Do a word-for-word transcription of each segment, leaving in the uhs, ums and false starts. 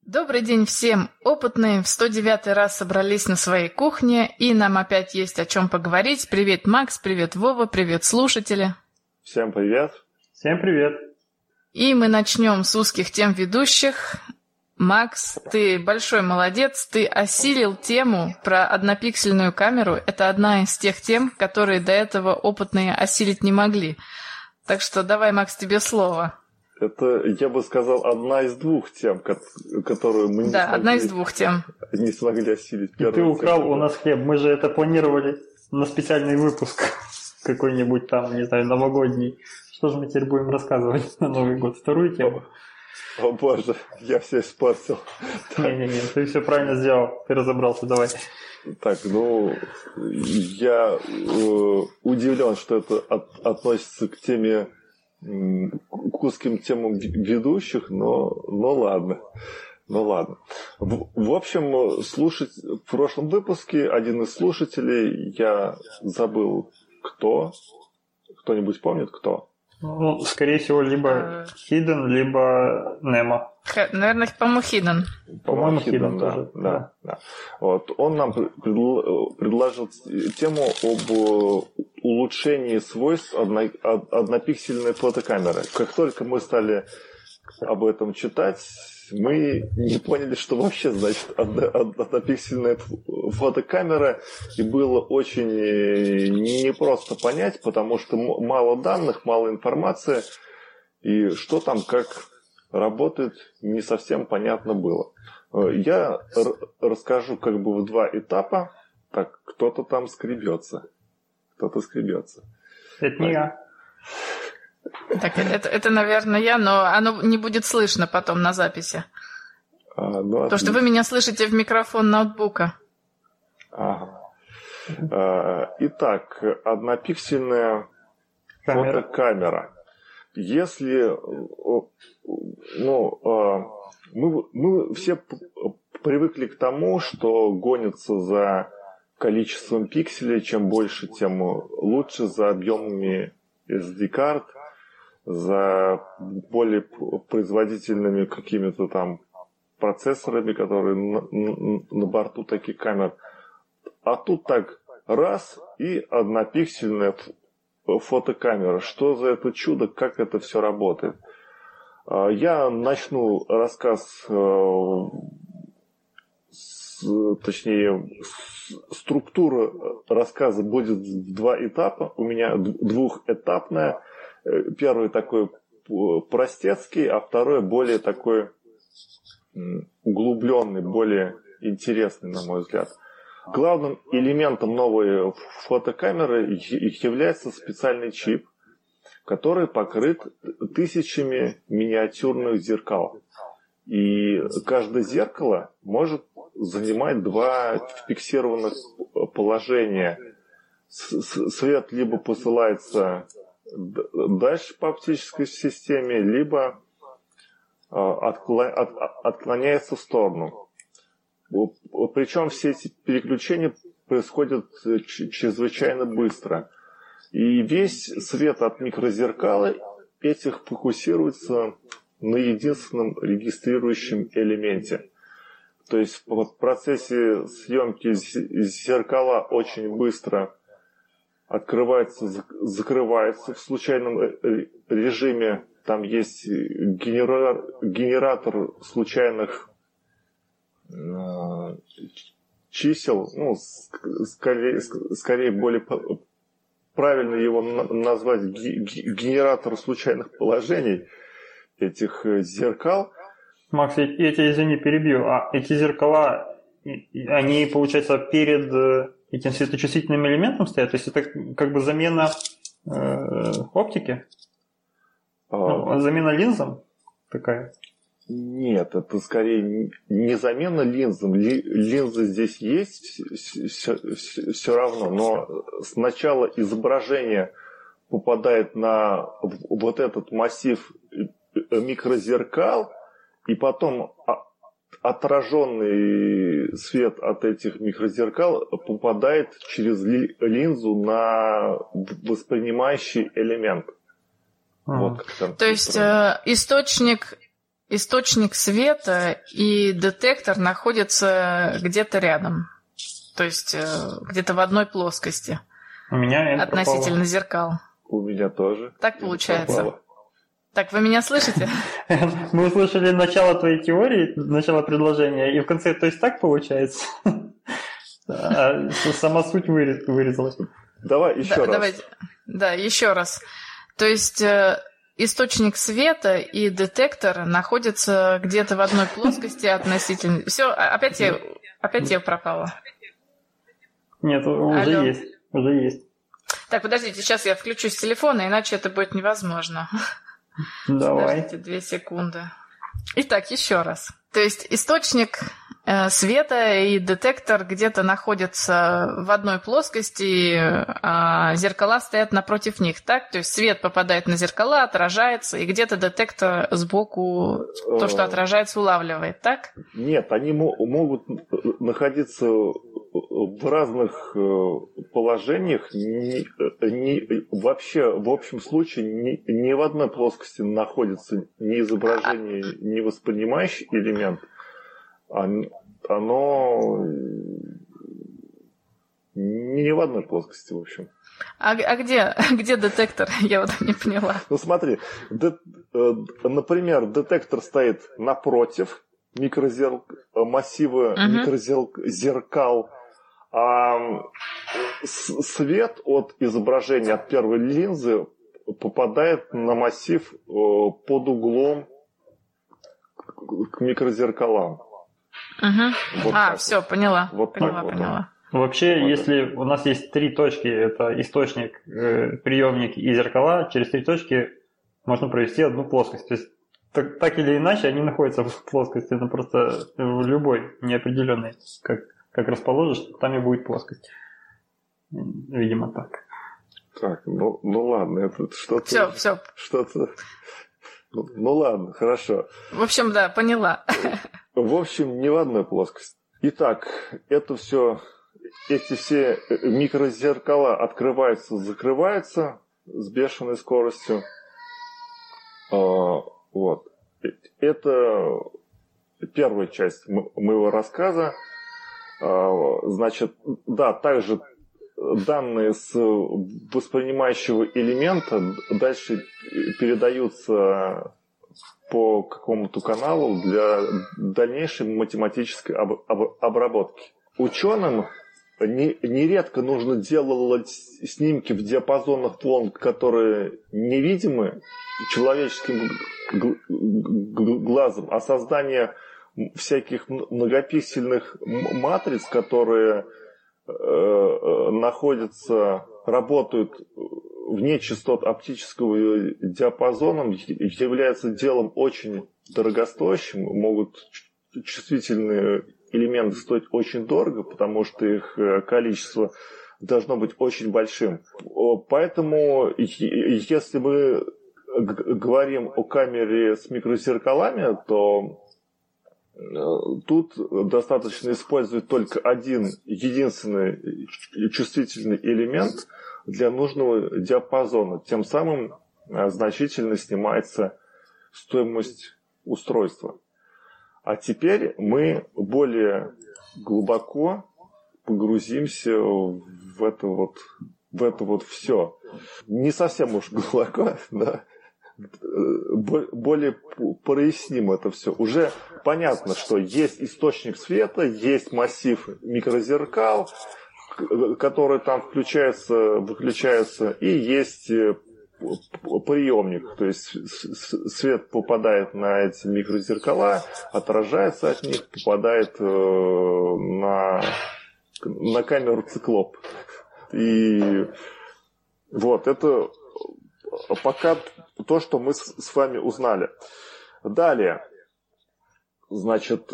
Добрый день всем! Опытные в сто девятый раз собрались на своей кухне, и нам опять есть о чем поговорить. Привет, Макс, привет, Вова, привет, слушатели. Всем привет. Всем привет. И мы начнем с узких тем ведущих. Макс, ты большой молодец, ты осилил тему про однопиксельную камеру. Это одна из тех тем, которые до этого опытные осилить не могли. Так что давай, Макс, тебе слово. Это, я бы сказал, одна из двух тем, которую мы не, да, смогли, одна из двух тем. не смогли осилить. И ты украл тему. У нас хлеб. Мы же это планировали на специальный выпуск какой-нибудь там, не знаю, новогодний. Что же мы теперь будем рассказывать на Новый год? Вторую тему? О, о боже, я все испортил. Не-не-не, ты все правильно сделал. Ты разобрался, давай. Так, ну, я э, удивлен, что это от, относится к теме, к узким темам ведущих, но, но ладно. Ну ладно. В, в общем, слушать, в прошлом выпуске один из слушателей, я забыл, кто. Кто-нибудь помнит, кто? Ну, скорее всего, либо Хиден, либо Немо. Х, наверное, по-моему, Хиден. По-моему, Хиден да, тоже. Да, да. да. Вот. Он нам предложил тему об улучшении свойств одно, однопиксельной фотокамеры. Как только мы стали об этом читать, мы не поняли, что вообще значит однопиксельная фотокамера, и было очень непросто понять, потому что мало данных, мало информации, и что там, как работает, не совсем понятно было. Я расскажу как бы в два этапа. Так, кто-то там скребется. Кто-то скребется. Это не я. Так, это, это, наверное, я, но оно не будет слышно потом на записи. А, ну, То, что вы меня слышите в микрофон ноутбука. Ага. А, итак, однопиксельная Камера. фотокамера. Если ну, мы, мы все привыкли к тому, что гонятся за количеством пикселей, чем больше, тем лучше, за объемами эс ди-карт, за более производительными какими-то там процессорами, которые на, на, на борту таких камер. А тут так раз и однопиксельная фотокамера. Что за это чудо, как это все работает? Я начну рассказ, с, точнее, структура рассказа будет в два этапа. У меня двухэтапная. Первый такой простецкий, а второй более такой углубленный, более интересный, на мой взгляд. Главным элементом новой фотокамеры является специальный чип, который покрыт тысячами миниатюрных зеркал. И каждое зеркало может занимать два фиксированных положения. Свет либо посылается дальше по оптической системе, либо отклоняется в сторону. Причем все эти переключения происходят чрезвычайно быстро. И весь свет от микрозеркала этих фокусируется на единственном регистрирующем элементе. То есть в процессе съемки зеркала очень быстро открывается, закрывается в случайном режиме. Там есть генера... генератор случайных э, чисел, ну, скорее, скорее более правильно его назвать генератор случайных положений этих зеркал. Макс, я, я тебя, извини, перебью. А эти зеркала, они, получается, перед этим светочувствительным элементом стоят? То есть это как бы замена э, оптики? А... Ну, замена линзам такая? Нет, это скорее не замена линзам. Линзы здесь есть все, все, все равно, но сначала изображение попадает на вот этот массив микрозеркал, и потом отраженный свет от этих микрозеркал попадает через линзу на воспринимающий элемент. А. Вот как там. То есть э, источник источник света и детектор находятся где-то рядом. То есть где-то в одной плоскости. У меня относительно пропало. зеркал. У меня тоже. Так получается. Пропало. Так, вы меня слышите? Мы услышали начало твоей теории, начало предложения, и в конце, то есть так получается? А сама суть вырезалась. Давай еще да, раз. Давайте. Да, еще раз. То есть э, источник света и детектор находятся где-то в одной плоскости относительно... Все, опять я, опять я пропала. Нет, уже Алло. есть, уже есть. Так, подождите, сейчас я включу с телефона, иначе это будет невозможно. Давай. Подождите две секунды. Итак, еще раз. То есть источник э, света и детектор где-то находятся в одной плоскости, а зеркала стоят напротив них, так? То есть свет попадает на зеркала, отражается, и где-то детектор сбоку то, что отражается, улавливает, так? Нет, они мо- могут находиться в разных положениях, не, не, вообще в общем случае ни, ни в одной плоскости находится ни изображение, ни воспринимающий элемент, оно не в одной плоскости, в общем. А, а где, где детектор? Я вот не поняла. Ну смотри, де, например, детектор стоит напротив микрозер... массива uh-huh. микрозеркал, а свет от изображения, от первой линзы попадает на массив под углом к микрозеркалам. Uh-huh. Вот а, все, вот. поняла. Вот поняла, вот поняла. Вообще, вот если у нас есть три точки, это источник, э, приемник и зеркала, через три точки можно провести одну плоскость. То есть так, так или иначе они находятся в плоскости, но просто в любой неопределенной, как, как расположишь, там и будет плоскость. Видимо, так. Так, ну, ну ладно, это что-то... Все, все. Что-то... Ну, ну ладно, хорошо. В общем, да, поняла. В общем, не в одной плоскости. Итак, это все, эти все микрозеркала открываются, закрываются с бешеной скоростью. Вот. Это первая часть моего рассказа. Значит, да, также данные с воспринимающего элемента дальше передаются по какому-то каналу для дальнейшей математической об, об, обработки. Ученым не, нередко нужно делать снимки в диапазонах волн, которые невидимы человеческим глазом, а создание всяких многопиксельных матриц, которые э, находятся, работают вне частот оптического диапазона, является делом очень дорогостоящим, могут чувствительные элементы стоить очень дорого, потому что их количество должно быть очень большим. Поэтому, если мы говорим о камере с микрозеркалами, то тут достаточно использовать только один единственный чувствительный элемент для нужного диапазона. Тем самым значительно снимается стоимость устройства. А теперь мы более глубоко погрузимся в это вот, в это вот все. Не совсем уж глубоко, да. Более проясним это все. Уже понятно, что есть источник света, есть массив микрозеркал, которые там включаются, выключаются, и есть приемник, то есть свет попадает на эти микрозеркала, отражается от них, попадает на, на камеру циклоп. И вот это пока то, что мы с вами узнали. Далее, значит,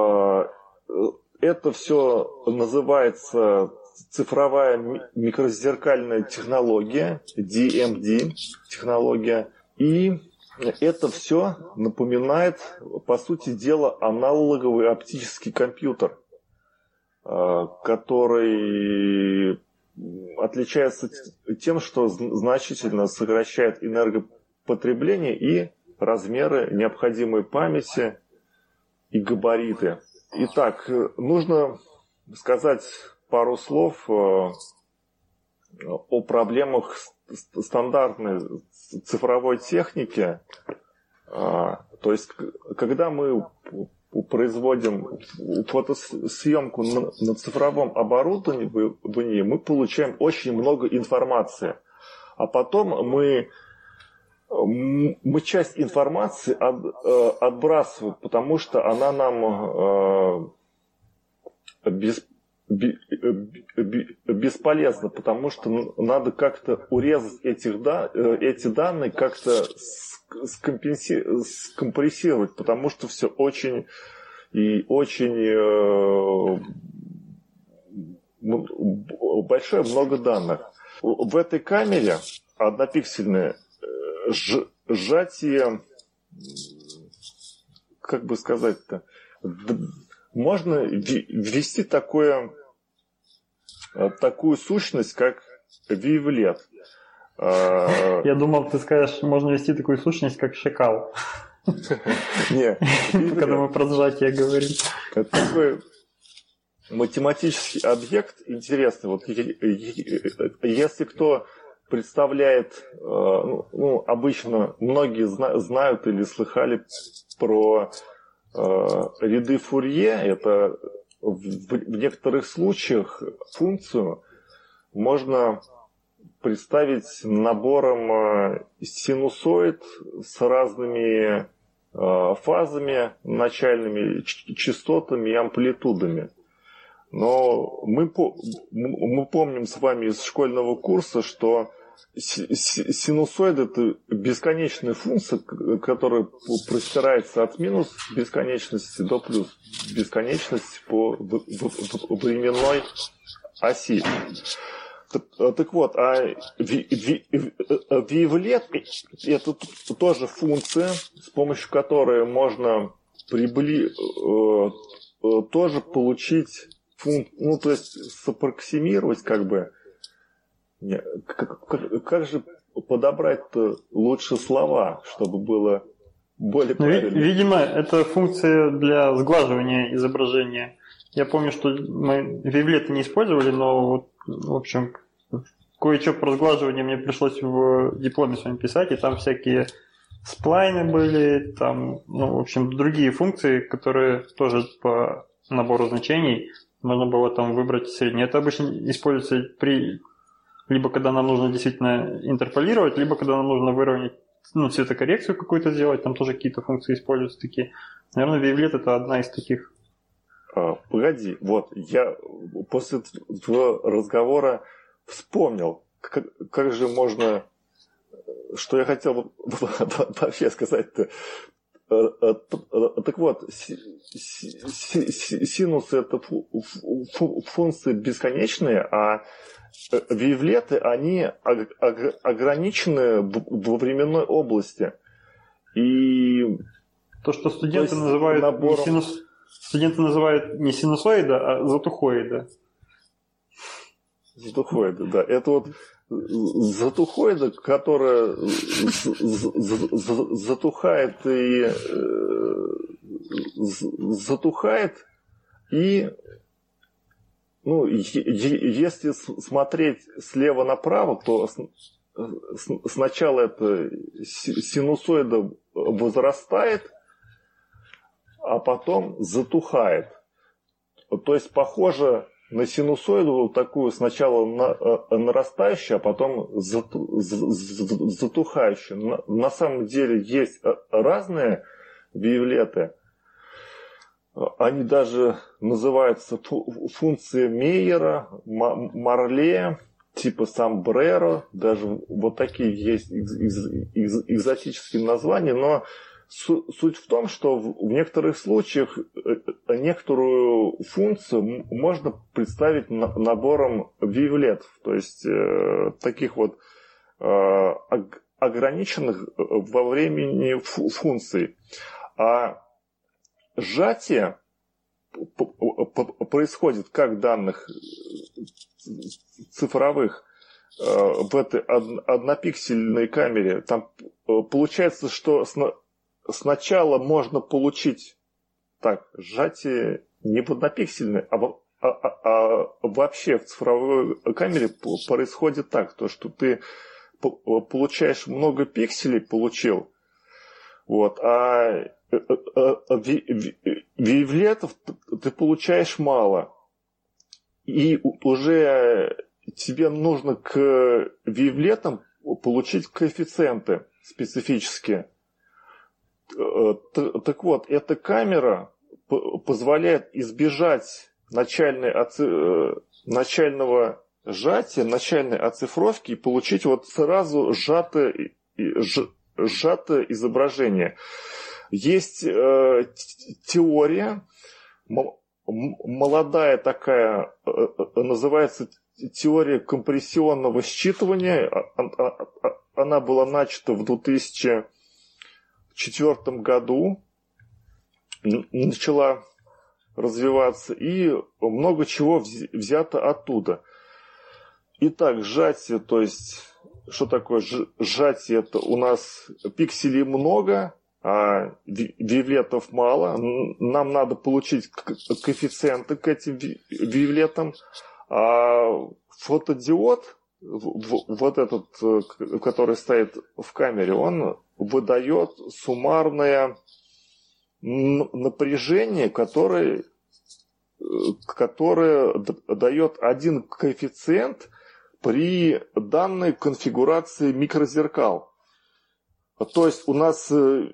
это все называется цифровая микрозеркальная технология, ди эм ди технология. И это все напоминает, по сути дела, аналоговый оптический компьютер, который отличается тем, что значительно сокращает энергопотребление и размеры, необходимые памяти и габариты. Итак, нужно сказать пару слов о проблемах стандартной цифровой техники. То есть, когда мы производим фотосъемку на, на цифровом оборудовании, мы получаем очень много информации. А потом мы, мы часть информации от, отбрасываем, потому что она нам без, бесполезна, потому что надо как-то урезать этих, да, эти данные, как-то скомпрессировать, потому что все очень и очень э, большое, много данных. В этой камере однопиксельное сжатие, как бы сказать-то, можно ввести такое, такую сущность, как wavelet. Я думал, ты скажешь, можно ввести такую сущность, как шакал. Нет. Когда мы про сжатие говорим. Это такой математический объект интересный. Вот если кто представляет, ну, обычно многие знают или слыхали про ряды Фурье, это в некоторых случаях функцию можно представить набором синусоид с разными фазами, начальными частотами и амплитудами. Но мы, мы помним с вами из школьного курса, что синусоид – это бесконечная функция, которая простирается от минус бесконечности до плюс бесконечности по временной оси. Так вот, а wavelet – это тоже функция, с помощью которой можно прибли... тоже получить функ... ну, то есть саппроксимировать, как бы. Как, как, как же подобрать-то лучше слова, чтобы было более правильно? Ну, видимо, это функция для сглаживания изображения. Я помню, что мы wavelet не использовали, но вот, в общем, кое-что про сглаживание мне пришлось в дипломе с вами писать, и там всякие сплайны были, там, ну, в общем, другие функции, которые тоже по набору значений можно было там выбрать среднее. Это обычно используется при... либо когда нам нужно действительно интерполировать, либо когда нам нужно выровнять, ну, цветокоррекцию какую-то сделать, там тоже какие-то функции используются такие. Наверное, wavelet – это одна из таких. А, погоди, вот, я после твоего разговора вспомнил, как, как же можно, что я хотел вообще сказать-то. Так вот, синусы – это функции бесконечные, а wavelet'ы, они ограничены во временной области. И то, что студенты называют набором... не синус... студенты называют не синусоида, а затухоида. Затухоида, да. Это вот затухоида, которая затухает и затухает, и ну, если смотреть слева направо, то сначала это синусоида возрастает, а потом затухает. То есть похоже на синусоиду такую сначала нарастающую, а потом затухающую. На, на самом деле есть разные wavelet'ы. Они даже называются функции Мейера, Марле, типа Самбреро. Даже вот такие есть экзотические названия, но суть в том, что в некоторых случаях некоторую функцию можно представить набором wavelet'ов, то есть э, таких вот э, ограниченных во времени функций. А сжатие происходит как данных цифровых в этой однопиксельной камере. Там получается, что сначала можно получить так, сжатие не в однопиксельное, а, а, а, а вообще в цифровой камере происходит так, то, что ты получаешь много пикселей, получил, вот, а вейвлетов ты получаешь мало. И уже тебе нужно к вейвлетам получить коэффициенты специфические. Так вот, эта камера позволяет избежать начальной оци... начального сжатия, начальной оцифровки и получить вот сразу сжатое, сжатое изображение. Есть э, теория, молодая такая, называется теория компрессионного считывания. Она была начата в две тысячи четвёртом году, начала развиваться, и много чего взято оттуда. Итак, сжатие, то есть, что такое сжатие? Это у нас пикселей много, а вейвлетов мало. Нам надо получить коэффициенты к этим вейвлетам. А фотодиод, вот этот, который стоит в камере, он выдает суммарное напряжение, которое, которое дает один коэффициент при данной конфигурации микрозеркал. То есть у нас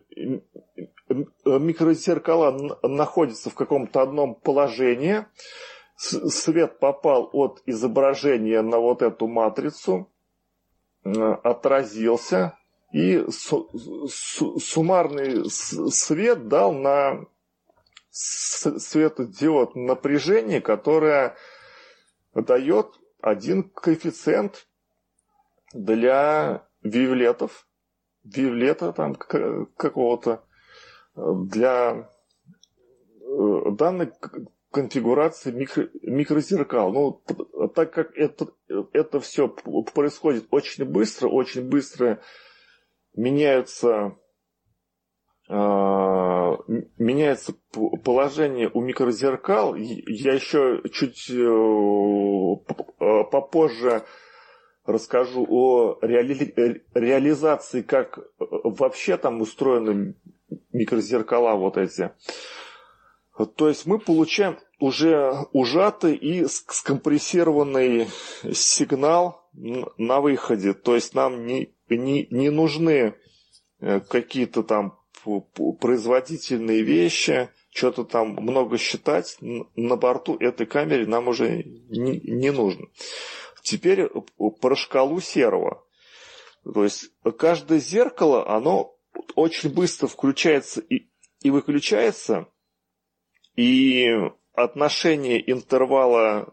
микрозеркала находятся в каком-то одном положении, свет попал от изображения на вот эту матрицу, отразился, и суммарный свет дал на светодиод напряжение, которое дает один коэффициент для вейвлетов, вейвлета там какого-то, для данной конфигурации микро, микрозеркал. Ну, так как это, это все происходит очень быстро, очень быстро меняются, э, меняется положение у микрозеркал. Я еще чуть э, попозже расскажу о реали, реализации, как вообще там устроены микрозеркала вот эти. То есть мы получаем уже ужатый и скомпрессированный сигнал на выходе. То есть нам не, не, не нужны какие-то там производительные вещи, что-то там много считать. На борту этой камеры нам уже не, не нужно. Теперь про шкалу серого. То есть каждое зеркало, оно очень быстро включается и, и выключается. И отношение интервала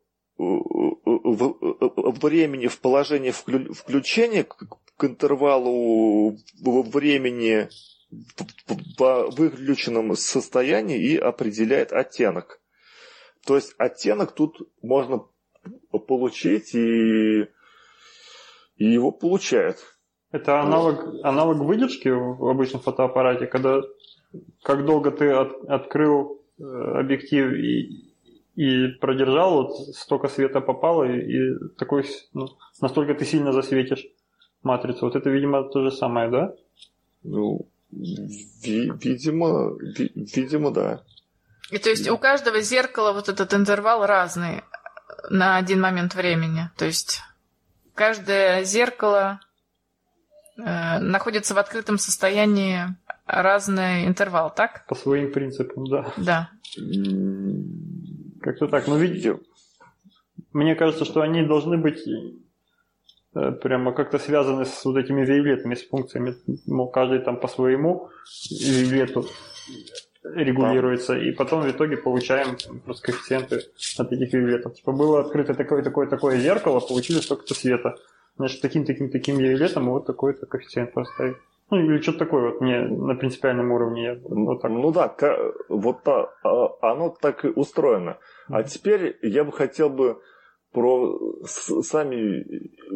времени в положении включения к интервалу времени в выключенном состоянии и определяет оттенок. То есть оттенок тут можно получить, и, и его получают. Это аналог, аналог выдержки в обычном фотоаппарате, когда как долго ты от, открыл объектив и, и продержал, вот столько света попало, и, и такой, ну, настолько ты сильно засветишь матрицу. Вот это, видимо, то же самое, да? Ну, ви- видимо, ви- видимо, да. И то есть у каждого зеркала вот этот интервал разный на один момент времени. То есть каждое зеркало э, находится в открытом состоянии разный интервал, так? По своим принципам, да. Да. Как-то так. Но видите, мне кажется, что они должны быть э, прямо как-то связаны с вот этими вейвлетами, с функциями. Мол, каждый там по своему вейвлету регулируется, и потом в итоге получаем просто коэффициенты от этих вейвлетов. Типа было открыто такое-такое-такое зеркало, получили столько-то света. Значит, таким-таким-таким вейвлетом вот такой-то коэффициент поставить. Ну, или что-то такое вот мне на принципиальном уровне. Вот так. Ну да, вот оно так и устроено. А теперь я бы хотел бы про сами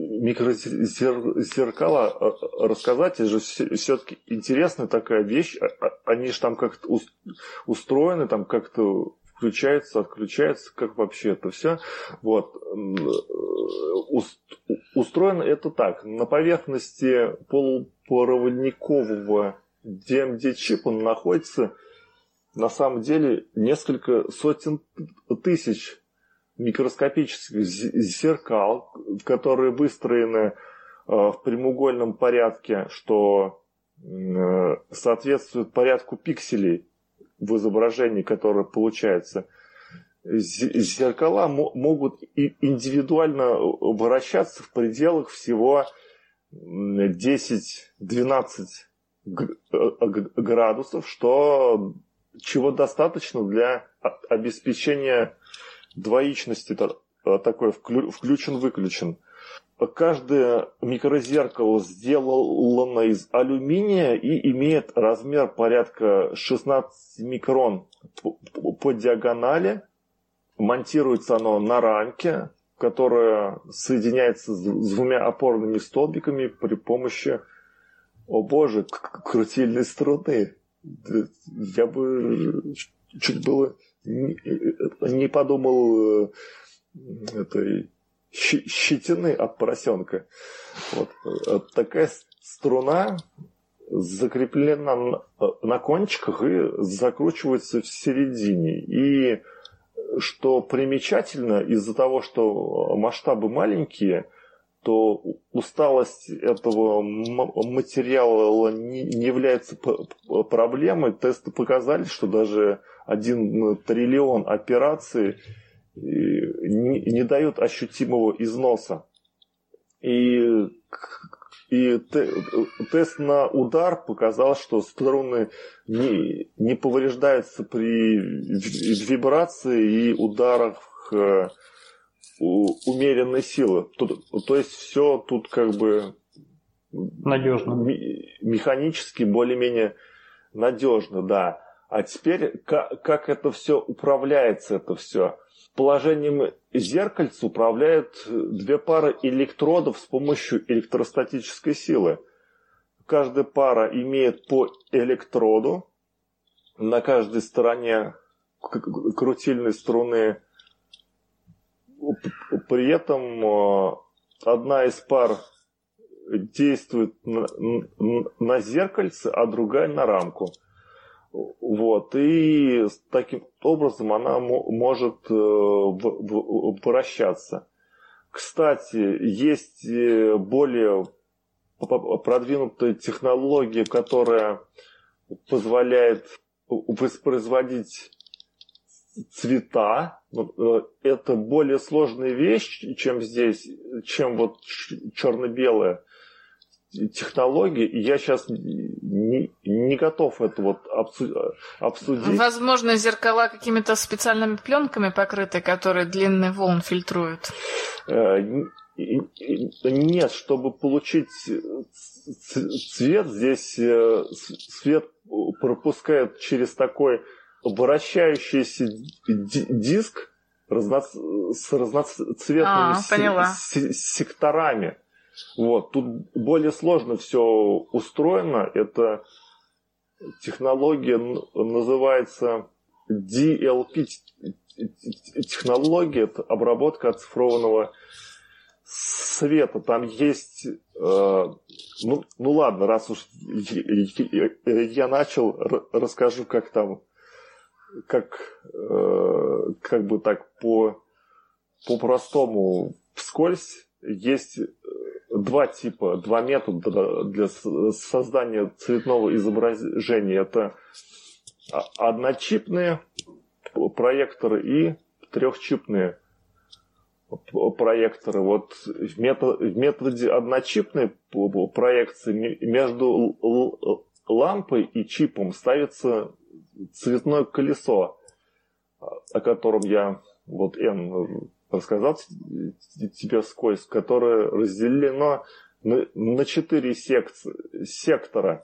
микрозеркала рассказать. Это же все-таки интересная такая вещь. Они же там как-то устроены, там как-то включаются, отключаются, как вообще это все. Вот. Устроено это так. На поверхности полупроводникового ди эм ди-чипа находится на самом деле несколько сотен тысяч микроскопических зеркал, которые выстроены в прямоугольном порядке, что соответствует порядку пикселей в изображении, которое получается. Зеркала могут индивидуально вращаться в пределах всего десять-двенадцать градусов, что чего достаточно для обеспечения двоичности, такой включен-выключен. Каждое микрозеркало сделано из алюминия и имеет размер порядка шестнадцать микрон по диагонали. Монтируется оно на рамке, которая соединяется с двумя опорными столбиками при помощи, о боже, крутильной струны. Я бы чуть было не подумал этой щетины от поросенка. Вот. Такая струна закреплена на кончиках и закручивается в середине. И что примечательно, из-за того, что масштабы маленькие, то усталость этого материала не является проблемой. Тесты показали, что даже один триллион операций не дают ощутимого износа. И, и тест на удар показал, что струны не, не повреждаются при вибрации и ударах умеренной силы. То, то есть все тут как бы надежно. Механически более-менее надежно, да. А теперь как, как это все управляется, это все? Положением зеркальца управляют две пары электродов с помощью электростатической силы. Каждая пара имеет по электроду. На каждой стороне крутильной струны. При этом одна из пар действует на, на зеркальце, а другая на рамку. Вот. И таким образом она может вращаться. Кстати, есть более продвинутая технология, которая позволяет воспроизводить цвета. Это более сложная вещь, чем здесь, чем вот черно-белая технология. И я сейчас не, не готов это вот обсудить. Возможно, зеркала какими-то специальными пленками покрыты, которые длинные волн фильтруют? Нет, чтобы получить цвет, здесь свет пропускает через такой вращающийся диск разно... с разноцветными а, с... секторами. Вот. Тут более сложно все устроено. Это технология называется ди эл пи технология. Это обработка оцифрованного света. Там есть... Э, ну, ну ладно, раз уж я, я начал, расскажу, как там как, э, как бы так по, по-простому вскользь. Есть два типа, два метода для создания цветного изображения. Это одночипные проекторы и трехчипные проекторы. Вот в, метод, в методе одночипной проекции между лампой и чипом ставится цветное колесо, о котором я вот Н рассказал тебе вскользь, которое разделено на, на четыре секции, сектора.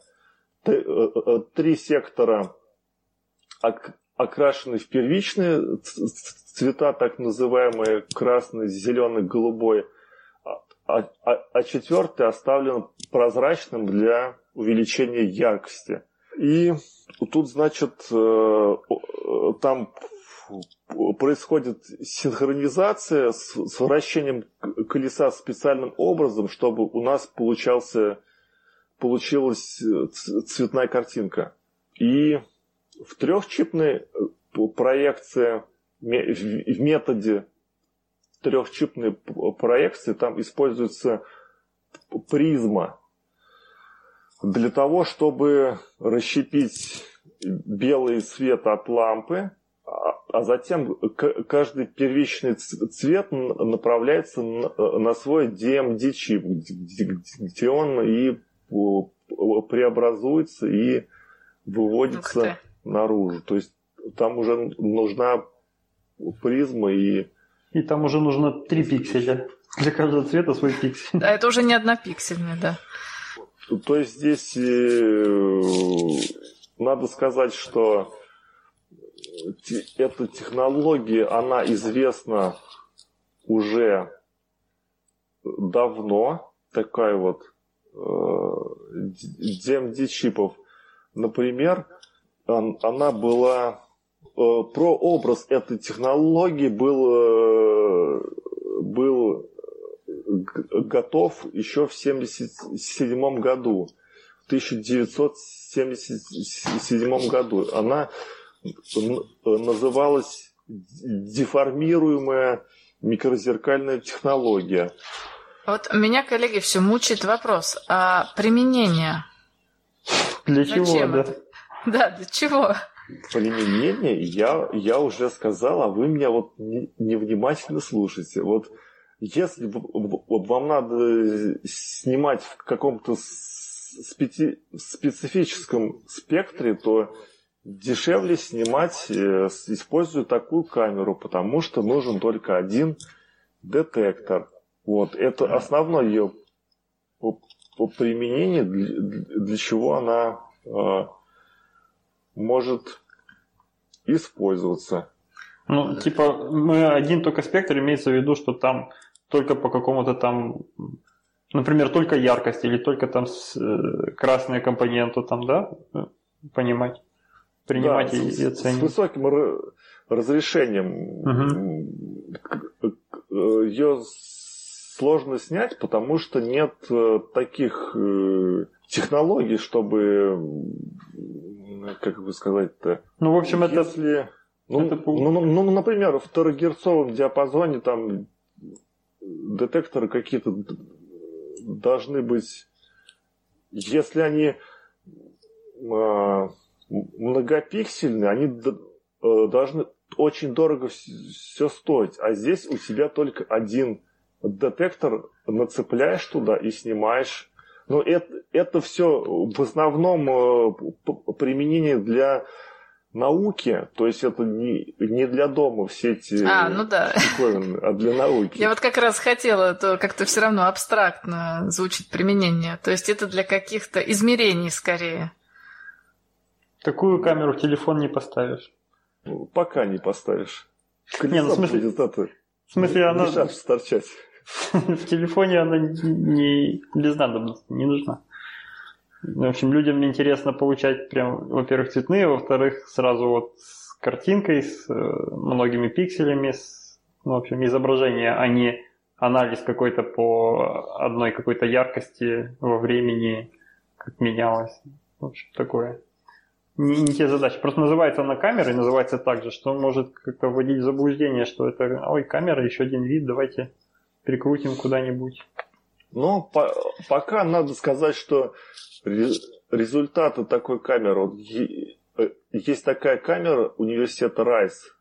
Три сектора окрашены в первичные цвета так называемые красный, зеленый, голубой, а, а, а четвертый оставлен прозрачным для увеличения яркости. И тут, значит, там происходит синхронизация с, с вращением колеса специальным образом, чтобы у нас получался, получилась цветная картинка. И в трехчипной проекции, в методе трехчипной проекции там используется призма для того, чтобы расщепить белый свет от лампы, а затем каждый первичный цвет направляется на свой ди эм ди-чип, где он и преобразуется и выводится наружу. То есть там уже нужна призма и... И там уже нужно три пикселя. Для каждого цвета свой пиксель. Да, это уже не однопиксельный, да. То есть здесь э, надо сказать, что эта технология, она известна уже давно. Такая вот э, ди эм ди-чипов. Например, она была... Э, прообраз этой технологии был, э, был готов еще в семьдесят седьмом году. В тысяча девятьсот семьдесят седьмом году. Она называлась деформируемая микрозеркальная технология. Вот меня, коллеги, все мучает вопрос. А применение? Для чего, Зачем да? это? Да, для чего? Применение я, я уже сказал, а вы меня вот невнимательно слушаете. Вот если вот вам надо снимать в каком-то специ, специфическом спектре, то дешевле снимать, используя такую камеру, потому что нужен только один детектор. Вот. Это основное ее применение, для, для чего она э, может использоваться. Ну, типа, мы один только спектр, имеется в виду, что там только по какому-то там, например, только яркость или только там с, э, красные компоненты там, да, понимать, принимать да, и, с, и оценивать. С высоким разрешением. Угу. Ее сложно снять, потому что нет таких технологий, чтобы, как бы сказать-то... Ну, в общем, это... Если... Ну, это... Ну, ну, ну, например, в второгерцовом диапазоне там детекторы какие-то должны быть, если они э, многопиксельные, они д- э, должны очень дорого все стоить. А здесь у тебя только один детектор, нацепляешь туда и снимаешь. Но это, это все в основном э, применение для науки, то есть это не, не для дома все эти а, ну да. штуковины, а для науки. Я вот как раз хотела, то как-то все равно абстрактно звучит применение. То есть это для каких-то измерений скорее. Такую камеру в телефон не поставишь. Ну, пока не поставишь. Не, ну, в смысле, будет это, в смысле она... не торчать. В телефоне она не без надобности, не нужна. В общем, людям интересно получать прям, во-первых, цветные, во-вторых, сразу вот с картинкой, с многими пикселями, с, ну, в общем, изображение, а не анализ какой-то по одной какой-то яркости во времени, как менялось. В общем, такое. Не, не те задачи. Просто называется она камерой, называется так же, что он может как-то вводить в заблуждение, что это, ой, камера, еще один вид, давайте прикрутим куда-нибудь. Но по, пока надо сказать, что результаты такой камеры, вот, есть такая камера университета Райс,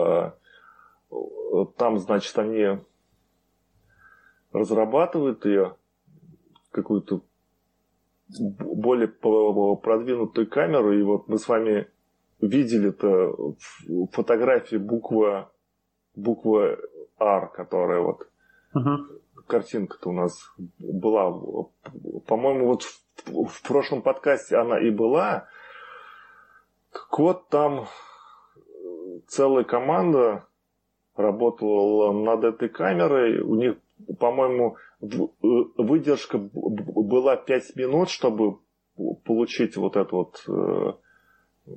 там, значит, они разрабатывают ее, какую-то более продвинутую камеру, и вот мы с вами видели-то фотографии буква, буква R, которая вот, uh-huh. Картинка-то у нас была, по-моему, вот в, в прошлом подкасте она и была. Так вот, там целая команда работал над этой камерой. У них, по-моему, выдержка была пять минут, чтобы получить вот эту вот э,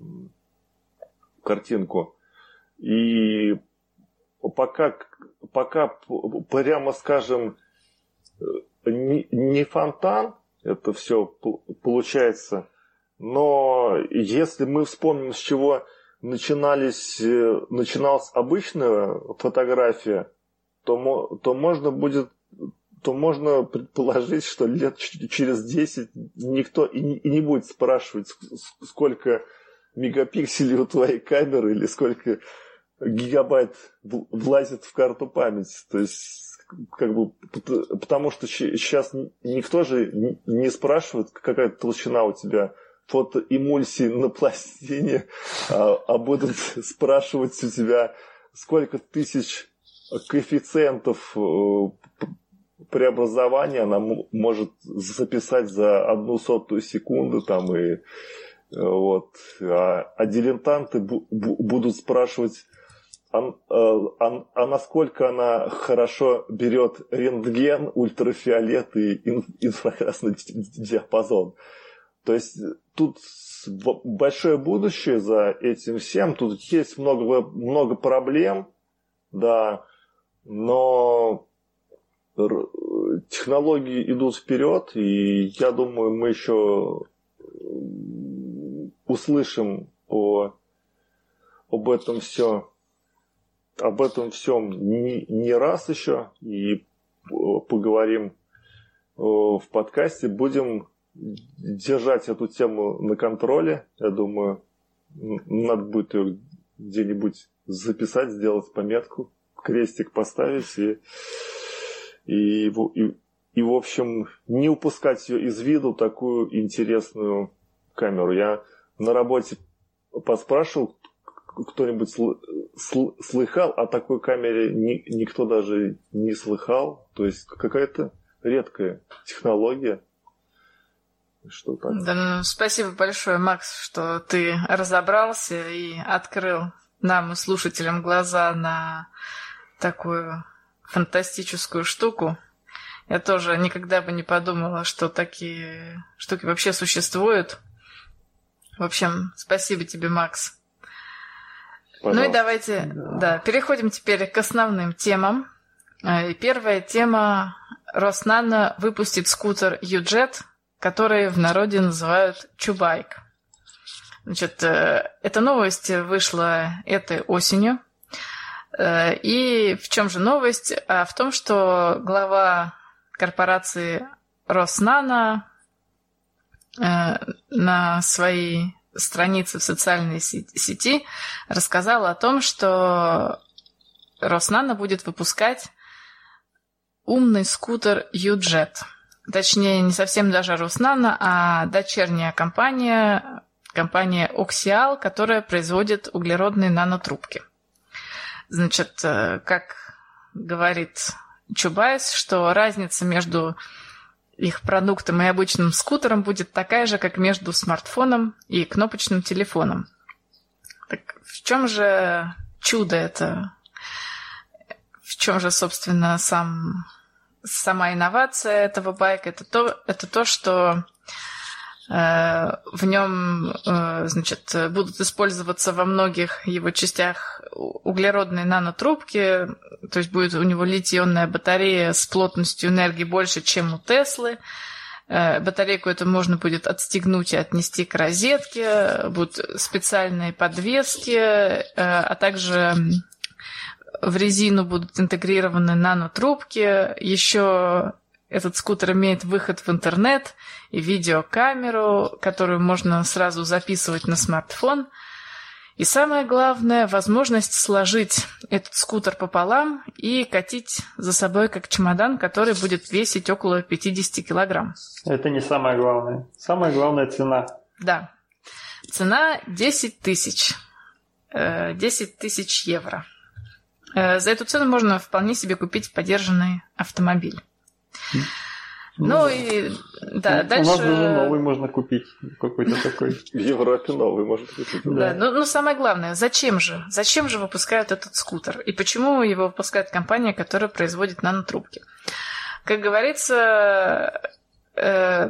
картинку. И пока, пока, прямо скажем, не, не фонтан это все получается, но если мы вспомним, с чего начинались, начиналась обычная фотография, то, то можно будет то можно предположить, что лет через десять никто и не будет спрашивать, сколько мегапикселей у твоей камеры или сколько гигабайт влазит в карту памяти. То есть, как бы, потому что сейчас никто же не спрашивает, какая толщина у тебя фотоэмульсии на пластине, а, а будут спрашивать у тебя, сколько тысяч коэффициентов преобразования она может записать за одну сотую секунды, там, и вот, а, а дилетанты бу- бу- будут спрашивать, а, а, а насколько она хорошо берет рентген, ультрафиолет и инф- инфракрасный диапазон. То есть тут большое будущее за этим всем, тут есть много, много проблем, да, но технологии идут вперед, и я думаю, мы еще услышим о, об этом все, об этом всем не, не раз еще, и поговорим в подкасте, будем держать эту тему на контроле. Я думаю, надо будет ее где-нибудь записать, сделать пометку, крестик поставить и И, и, и, в общем, не упускать ее из виду, такую интересную камеру. Я на работе поспрашивал, кто-нибудь сл- сл- слыхал, о такой камере ни, никто даже не слыхал. То есть какая-то редкая технология. Что так? Да, ну, спасибо большое, Макс, что ты разобрался и открыл нам и слушателям глаза на такую фантастическую штуку. Я тоже никогда бы не подумала, что такие штуки вообще существуют. В общем, спасибо тебе, Макс. Пожалуйста. Ну и давайте, да. да, переходим теперь к основным темам. И первая тема. Роснано выпустит скутер U-Jet, который в народе называют Чубайк. Значит, эта новость вышла этой осенью. И в чем же новость? А в том, что глава корпорации Роснано на своей странице в социальной сети рассказала о том, что Роснано будет выпускать умный скутер U-Jet. Точнее, не совсем даже Роснано, а дочерняя компания, компания Oxial, которая производит углеродные нанотрубки. Значит, как говорит Чубайс, что разница между их продуктом и обычным скутером будет такая же, как между смартфоном и кнопочным телефоном. Так в чем же чудо это? В чем же, собственно, сам, сама инновация этого байка? Это то, это то что в нем, значит, будут использоваться во многих его частях углеродные нанотрубки, то есть будет у него литий-ионная батарея с плотностью энергии больше, чем у Теслы. Батарейку эту можно будет отстегнуть и отнести к розетке, будут специальные подвески, а также в резину будут интегрированы нанотрубки. Еще этот скутер имеет выход в интернет и видеокамеру, которую можно сразу записывать на смартфон. И самое главное, возможность сложить этот скутер пополам и катить за собой как чемодан, который будет весить около пятьдесят килограмм. Это не самое главное. Самое главное — цена. Да. Цена десять тысяч. десять тысяч евро. За эту цену можно вполне себе купить подержанный автомобиль. Ну и да, ну, дальше... У нас даже новый можно купить, какой-то такой. В Европе новый можно купить. Да, но, но самое главное, зачем же? Зачем же выпускают этот скутер? И почему его выпускает компания, которая производит нанотрубки? Как говорится, э,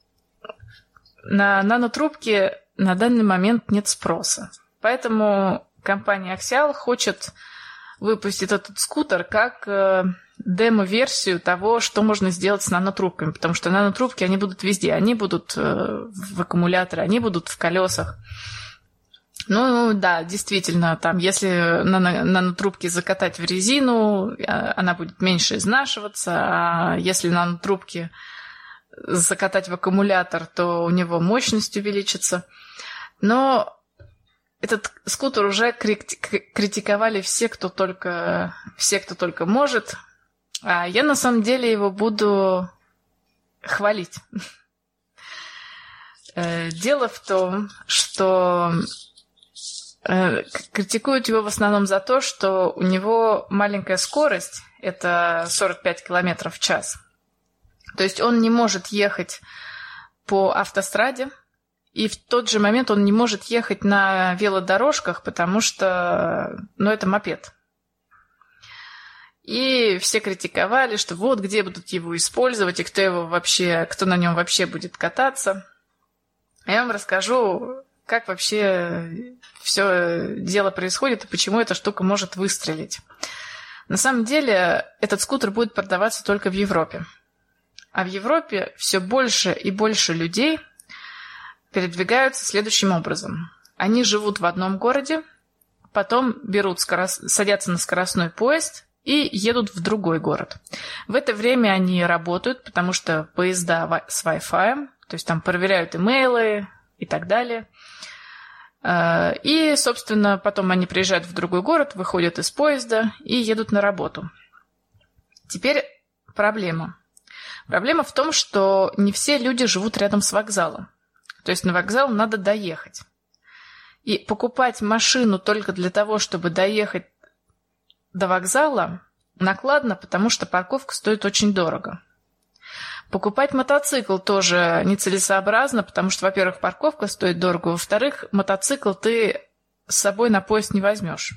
на нанотрубки на данный момент нет спроса. Поэтому компания Axial хочет выпустить этот скутер как э, демо-версию того, что можно сделать с нанотрубками. Потому что нанотрубки, они будут везде. Они будут э, в аккумуляторе, они будут в колесах. Ну да, действительно, там, если нано- нанотрубки закатать в резину, она будет меньше изнашиваться, а если нанотрубки закатать в аккумулятор, то у него мощность увеличится. Но этот скутер уже критиковали все, кто только, все, кто только может. А я на самом деле его буду хвалить. Дело в том, что критикуют его в основном за то, что у него маленькая скорость, это сорок пять километров в час. То есть он не может ехать по автостраде, и в тот же момент он не может ехать на велодорожках, потому что, ну, это мопед. И все критиковали, что вот где будут его использовать, и кто его вообще, кто на нем вообще будет кататься. Я вам расскажу, как вообще все дело происходит и почему эта штука может выстрелить. На самом деле этот скутер будет продаваться только в Европе. А в Европе все больше и больше людей передвигаются следующим образом. Они живут в одном городе, потом берут скорос... садятся на скоростной поезд и едут в другой город. В это время они работают, потому что поезда с Wi-Fi, то есть там проверяют имейлы и так далее. И, собственно, потом они приезжают в другой город, выходят из поезда и едут на работу. Теперь проблема. Проблема в том, что не все люди живут рядом с вокзалом. То есть на вокзал надо доехать. И покупать машину только для того, чтобы доехать до вокзала, накладно, потому что парковка стоит очень дорого. Покупать мотоцикл тоже нецелесообразно, потому что, во-первых, парковка стоит дорого, во-вторых, мотоцикл ты с собой на поезд не возьмешь.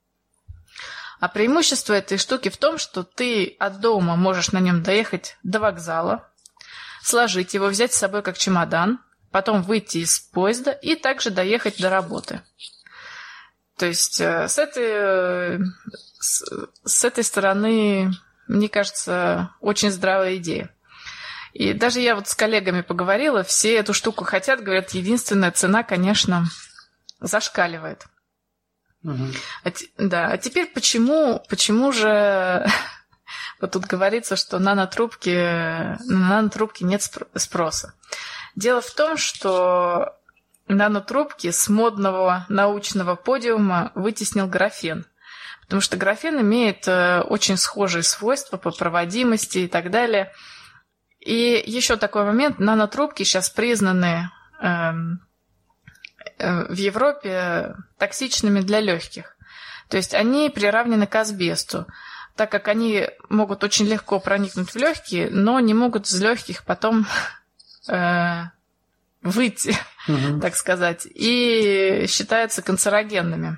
А преимущество этой штуки в том, что ты от дома можешь на нем доехать до вокзала, сложить его, взять с собой как чемодан, потом выйти из поезда и также доехать до работы. То есть с этой, с, с этой стороны, мне кажется, очень здравая идея. И даже я вот с коллегами поговорила, все эту штуку хотят, говорят, единственная цена, конечно, зашкаливает. Угу. А, да, а теперь почему, почему же вот тут говорится, что нанотрубки, на нанотрубки нет спроса? Дело в том, что нанотрубки с модного научного подиума вытеснил графен. Потому что графен имеет очень схожие свойства по проводимости и так далее. И еще такой момент. Нанотрубки сейчас признаны э, э, в Европе токсичными для легких. То есть они приравнены к асбесту, так как они могут очень легко проникнуть в легкие, но не могут из легких потом... Э, выйти, угу. так сказать, и считаются канцерогенными.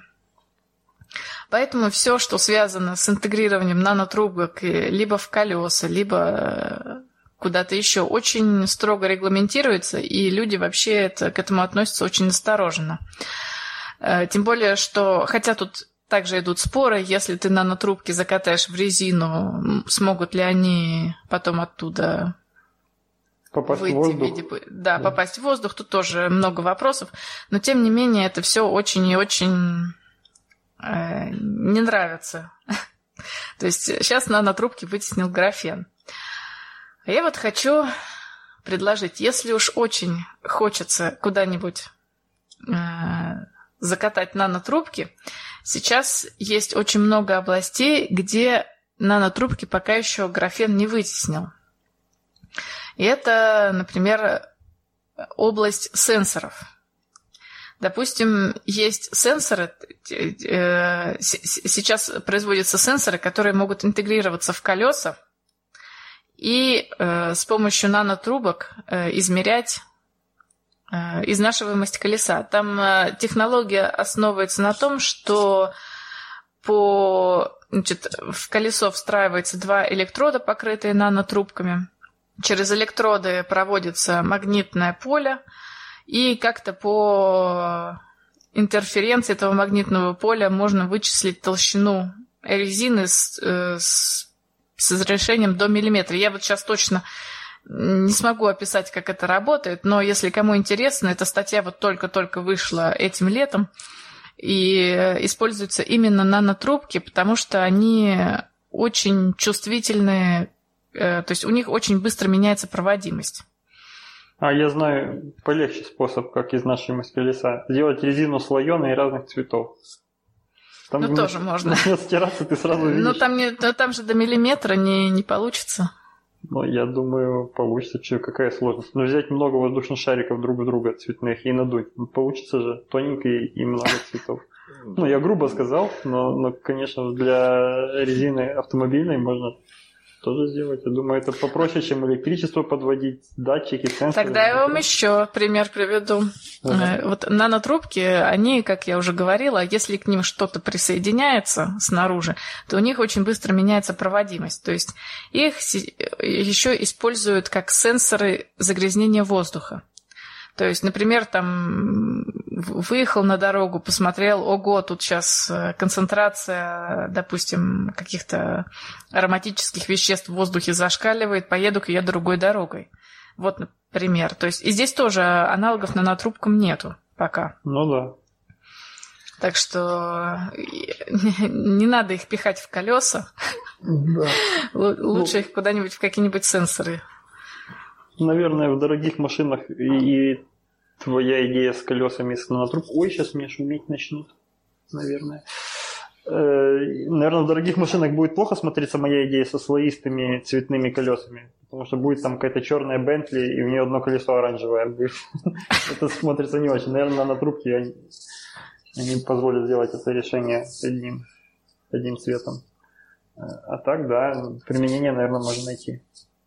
Поэтому все, что связано с интегрированием нанотрубок либо в колеса, либо куда-то еще, очень строго регламентируется, и люди вообще это, к этому относятся очень осторожно. Тем более, что, хотя тут также идут споры, если ты нанотрубки закатаешь в резину, смогут ли они потом оттуда... Попасть выйти в воздух. В виде... да, да, попасть в воздух. Тут тоже много вопросов. Но, тем не менее, это все очень и очень э, не нравится. То есть сейчас нанотрубки вытеснил графен. А я вот хочу предложить, если уж очень хочется куда-нибудь э, закатать нанотрубки, сейчас есть очень много областей, где нанотрубки пока еще графен не вытеснил. И это, например, область сенсоров. Допустим, есть сенсоры, сейчас производятся сенсоры, которые могут интегрироваться в колеса и э, с помощью нанотрубок э, измерять э, изнашиваемость колеса. Там э, технология основывается на том, что по, значит, в колесо встраивается два электрода, покрытые нанотрубками. Через электроды проводится магнитное поле, и как-то по интерференции этого магнитного поля можно вычислить толщину резины с, с, с разрешением до миллиметра. Я вот сейчас точно не смогу описать, как это работает, но если кому интересно, эта статья вот только-только вышла этим летом, и используются именно нанотрубки, потому что они очень чувствительные, то есть у них очень быстро меняется проводимость. А я знаю полегче способ, как изнашиваемость колеса. Сделать резину слоеной разных цветов. Там, ну, ну, тоже можно. Начнет стираться, ты сразу видишь. Но там, не, там же до миллиметра не, не получится. Ну, я думаю, получится. Че, какая сложность? Ну, взять много воздушных шариков друг у друга цветных и надуть. Ну, получится же тоненько и много цветов. Ну, я грубо сказал, но, но, конечно, для резины автомобильной можно тоже сделать. Я думаю, это попроще, чем электричество подводить, датчики, сенсоры. Тогда я вам еще пример приведу. Ага. Вот нанотрубки, они, как я уже говорила, если к ним что-то присоединяется снаружи, то у них очень быстро меняется проводимость. То есть их еще используют как сенсоры загрязнения воздуха. То есть, например, там выехал на дорогу, посмотрел, ого, тут сейчас концентрация, допустим, каких-то ароматических веществ в воздухе зашкаливает, поеду-ка я другой дорогой. Вот, например. То есть, и здесь тоже аналогов нанотрубкам нету пока. Ну да. Так что не надо их пихать в колеса. Да. Лучше ну... их куда-нибудь в какие-нибудь сенсоры. Наверное, в дорогих машинах и, и твоя идея с колесами с нанотрубкой. Ой, сейчас меня шуметь начнут, наверное. Э, наверное, в дорогих машинах будет плохо смотреться моя идея со слоистыми цветными колесами. Потому что будет там какая-то черная Бентли, и у нее одно колесо оранжевое будет. Это смотрится не очень. Наверное, нанотрубки они позволят сделать это решение одним, одним цветом. А так, да, применение, наверное, можно найти.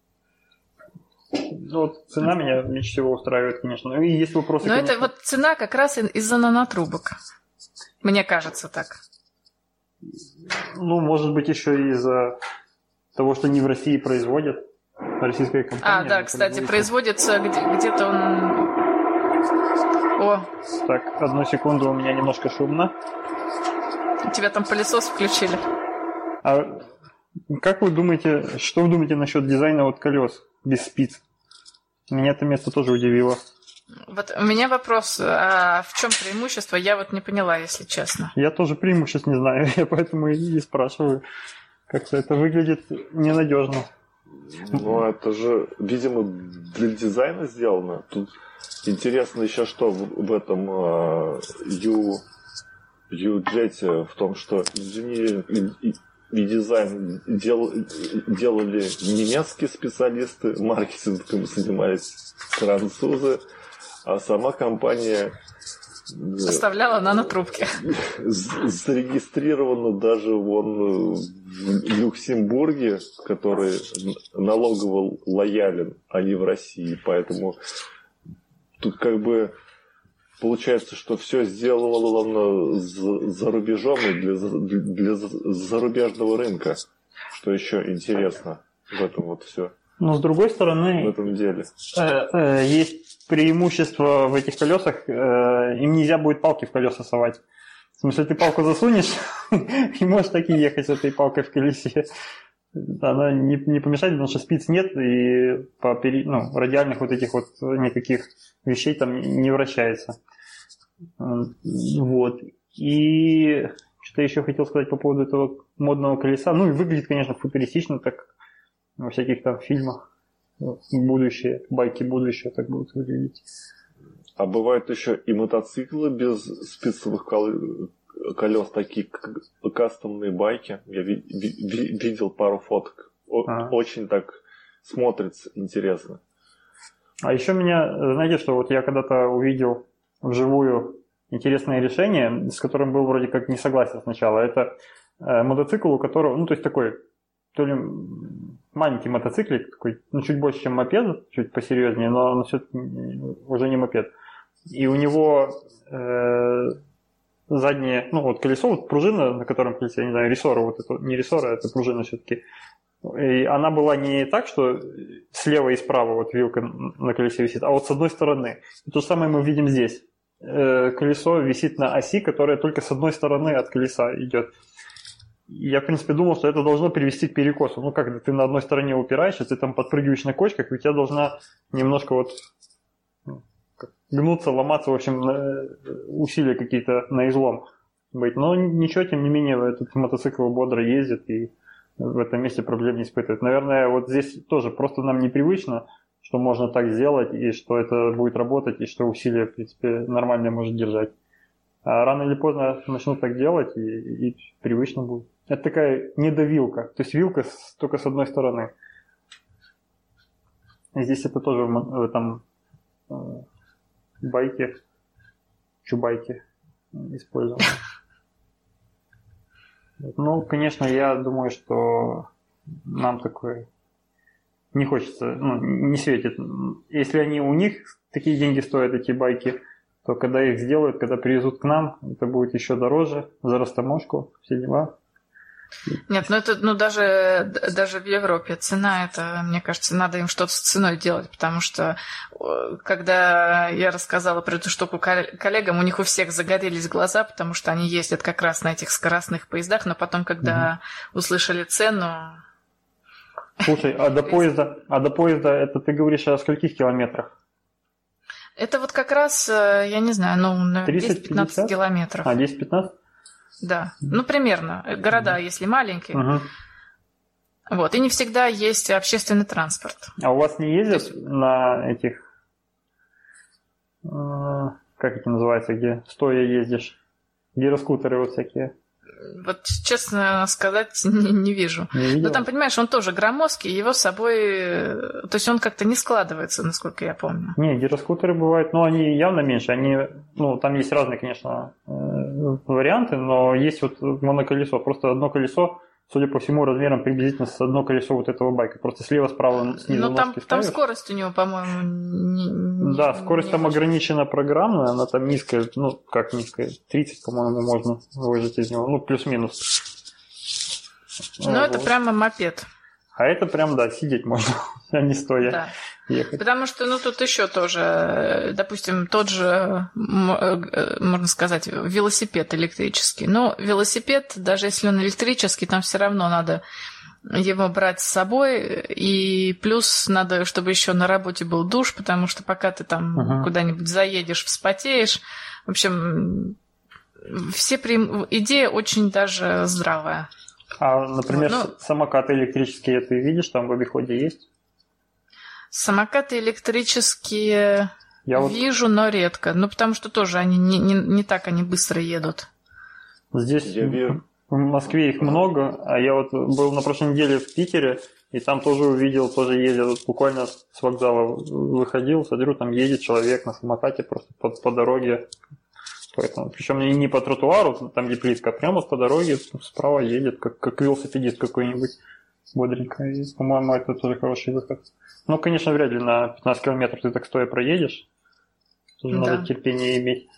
Ну, вот цена меня меньше всего устраивает, конечно. Ну, и есть вопросы. Но конечно. это вот цена как раз из-за нанотрубок. Мне кажется так. Ну, может быть, еще и из-за того, что не в России производят. Российская компания. А, да, кстати, производится где- где-то он... О. Так, одну секунду, у меня немножко шумно. У тебя там пылесос включили. А как вы думаете, что вы думаете насчет дизайна вот колес без спиц? Меня это место тоже удивило. Вот у меня вопрос, а в чем преимущество? Я вот не поняла, если честно. Я тоже преимуществ не знаю, я поэтому и спрашиваю. Как-то это выглядит ненадежно. Ну, это же, видимо, для дизайна сделано. Тут интересно еще, что в, в этом uh, U, U-Jet, в том, что инженеринг и, и дизайн дел, делали немецкие специалисты, маркетингом занимались французы, а сама компания оставляла нанотрубки. Зарегистрирована даже вон в Люксембурге, который налогово лоялен, а не в России. Поэтому тут как бы получается, что все сделано за рубежом и для, для зарубежного рынка. Что еще интересно в этом вот все. Но с другой стороны, в этом деле э, э, есть преимущество в этих колесах. Э, им нельзя будет палки в колеса совать. В смысле, ты палку засунешь и можешь так и ехать с этой палкой в колесе. Она не, не помешает, потому что спиц нет, и по пери... ну, радиальных вот этих вот никаких вещей там не вращается. Вот. И что я еще хотел сказать по поводу этого модного колеса. Ну, и выглядит, конечно, футуристично, так во всяких там фильмах. Будущее, байки будущего так будут выглядеть. А бывают еще и мотоциклы без спицевых колес, такие кастомные байки. Я ви- ви- видел пару фоток. О- а. Очень так смотрится интересно. А еще меня, знаете, что вот я когда-то увидел вживую интересное решение, с которым был вроде как не согласен сначала. Это э, мотоцикл, у которого, ну то есть такой, то ли маленький мотоциклик, такой, ну, чуть больше, чем мопед, чуть посерьезнее, но он все-таки уже не мопед. И у него э, заднее, ну, вот колесо, вот пружина, на котором колесе, я не знаю, рессора, вот это, не рессора, это пружина все-таки. И она была не так, что слева и справа вот вилка на колесе висит, а вот с одной стороны. И то же самое мы видим здесь. Э, колесо висит на оси, которая только с одной стороны от колеса идет. Я, в принципе, думал, что это должно привести к перекосу. Ну, как ты на одной стороне упираешься, ты там подпрыгиваешь на кочках, и у тебя должна немножко вот ну, гнуться, ломаться, в общем, усилия какие-то на излом быть. Но ничего, тем не менее, этот мотоцикл бодро ездит и в этом месте проблем не испытывает. Наверное, вот здесь тоже просто нам непривычно, что можно так сделать, и что это будет работать, и что усилия, в принципе, нормально может держать. А рано или поздно начнут так делать, и, и привычно будет. Это такая недовилка, то есть вилка с, только с одной стороны. И здесь это тоже в, в этом э, байке, чубайке использовано. Ну, конечно, я думаю, что нам такое не хочется, ну, не светит. Если они у них такие деньги стоят, эти байки, то когда их сделают, когда привезут к нам, это будет еще дороже, за растаможку, все дела. Нет, ну это, ну даже, даже в Европе цена, это, мне кажется, надо им что-то с ценой делать, потому что когда я рассказала про эту штуку коллегам, у них у всех загорелись глаза, потому что они ездят как раз на этих скоростных поездах, но потом, когда угу. услышали цену... Слушай, а до поезда, а до поезда это ты говоришь о скольких километрах? Это вот как раз, я не знаю, ну, десять-пятнадцать километров. А, десять-пятнадцать? Да, ну, примерно. Города, mm-hmm. если маленькие. Uh-huh. Вот, и не всегда есть общественный транспорт. А у вас не ездят есть... на этих, э, как это называется, где стоя ездишь? Гироскутеры вот всякие. Вот, честно сказать, не, не вижу. Не Но там, понимаешь, он тоже громоздкий, его с собой... То есть он как-то не складывается, насколько я помню. Не, гироскутеры бывают, но они явно меньше. Они, ну, там есть разные, конечно, варианты, но есть вот моноколесо. Просто одно колесо, судя по всему, размером приблизительно с одно колесо вот этого байка. Просто слева-справа снизу ножки ставишь. Ну, там скорость у него, по-моему, не, не Да, скорость не там очень... ограничена программная, она там низкая, ну, как низкая, тридцать, по-моему, можно выжать из него, ну, плюс-минус. Ну, вот. Это прямо мопед. А это прям, да, сидеть можно, а не стоя да. ехать. Потому что, ну, тут еще тоже, допустим, тот же, можно сказать, велосипед электрический. Но велосипед, даже если он электрический, там все равно надо его брать с собой, и плюс надо, чтобы еще на работе был душ, потому что пока ты там uh-huh. куда-нибудь заедешь, вспотеешь. В общем, все преим... идея очень даже здравая. А, например, ну, самокаты электрические ты видишь, там в обиходе есть? Самокаты электрические Я вижу, вот... но редко. Ну, потому что тоже они не, не, не так они быстро едут. Здесь я вижу. В Москве их много, а я вот был на прошлой неделе в Питере, и там тоже увидел, тоже ездил, вот буквально с вокзала выходил, смотрю, там едет человек на самокате просто по, по дороге. Поэтому, причем не по тротуару, там где плитка, а прямо по дороге справа едет, как, как велосипедист какой-нибудь бодренько. И, по-моему, это тоже хороший выход. Ну, конечно, вряд ли на пятнадцать километров ты так стоя проедешь. Тоже да. Надо терпение иметь.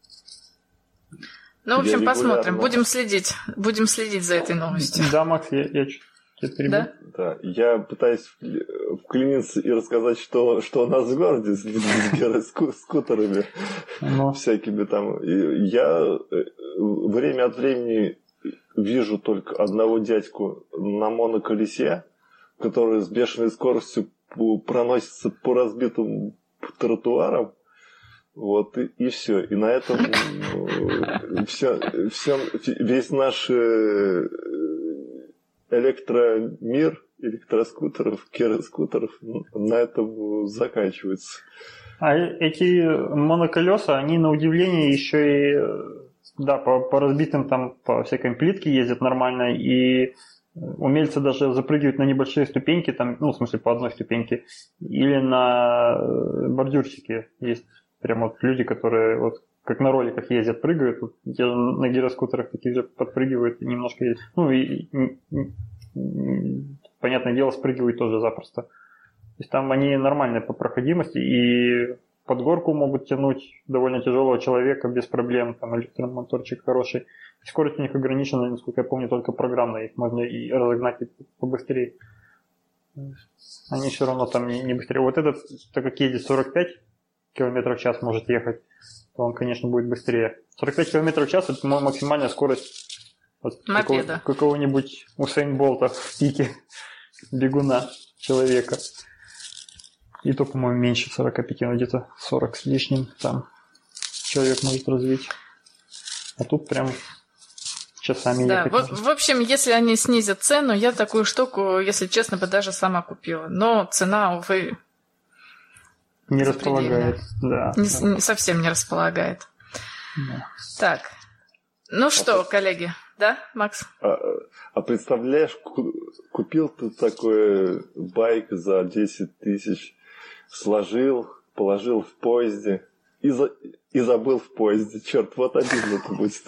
Ну, в общем, посмотрим. Будем следить. Будем следить за этой новостью. Да, Макс, я, я чуть перебил. Да? Да, я пытаюсь вклиниться и рассказать, что, что у нас в городе с, с скутерами Но. всякими там. И я время от времени вижу только одного дядьку на моноколесе, который с бешеной скоростью проносится по разбитым тротуарам. Вот, и, и все. И на этом все, все, весь наш электромир, электроскутеров, кероскутеров на этом заканчивается. А эти моноколеса, они на удивление еще и да, по, по разбитым там, по всякой плитке ездят нормально, и умельцы даже запрыгивают на небольшие ступеньки, там, ну, в смысле, по одной ступеньке, или на бордюрчике есть. Прям вот люди, которые вот как на роликах ездят, прыгают, вот, те же на гироскутерах такие же подпрыгивают и немножко ездят. Ну и, и, и понятное дело, спрыгивают тоже запросто. То есть там они нормальные по проходимости, и под горку могут тянуть довольно тяжелого человека без проблем, там электромоторчик хороший. Скорость у них ограничена, насколько я помню, только программная, их можно и разогнать побыстрее. Они все равно там не, не быстрее. Вот этот, так как едет сорок пять километров в час может ехать, то он, конечно, будет быстрее. сорок пять километров в час – это максимальная скорость вот какого, какого-нибудь Усейн Болта в пике бегуна человека. И то, по-моему, меньше сорок пять, но где-то сорок с лишним там человек может развить. А тут прям часами да, ехать. В, в общем, если они снизят цену, я такую штуку, если честно, бы даже сама купила. Но цена, увы, не располагает. Да, не, да. Не, совсем не располагает. Да. Так, ну что, коллеги, да, Макс? А, а представляешь, купил ты такой байк за десять тысяч, сложил, положил в поезде и, за, и забыл в поезде. Черт, вот обидно-то будет.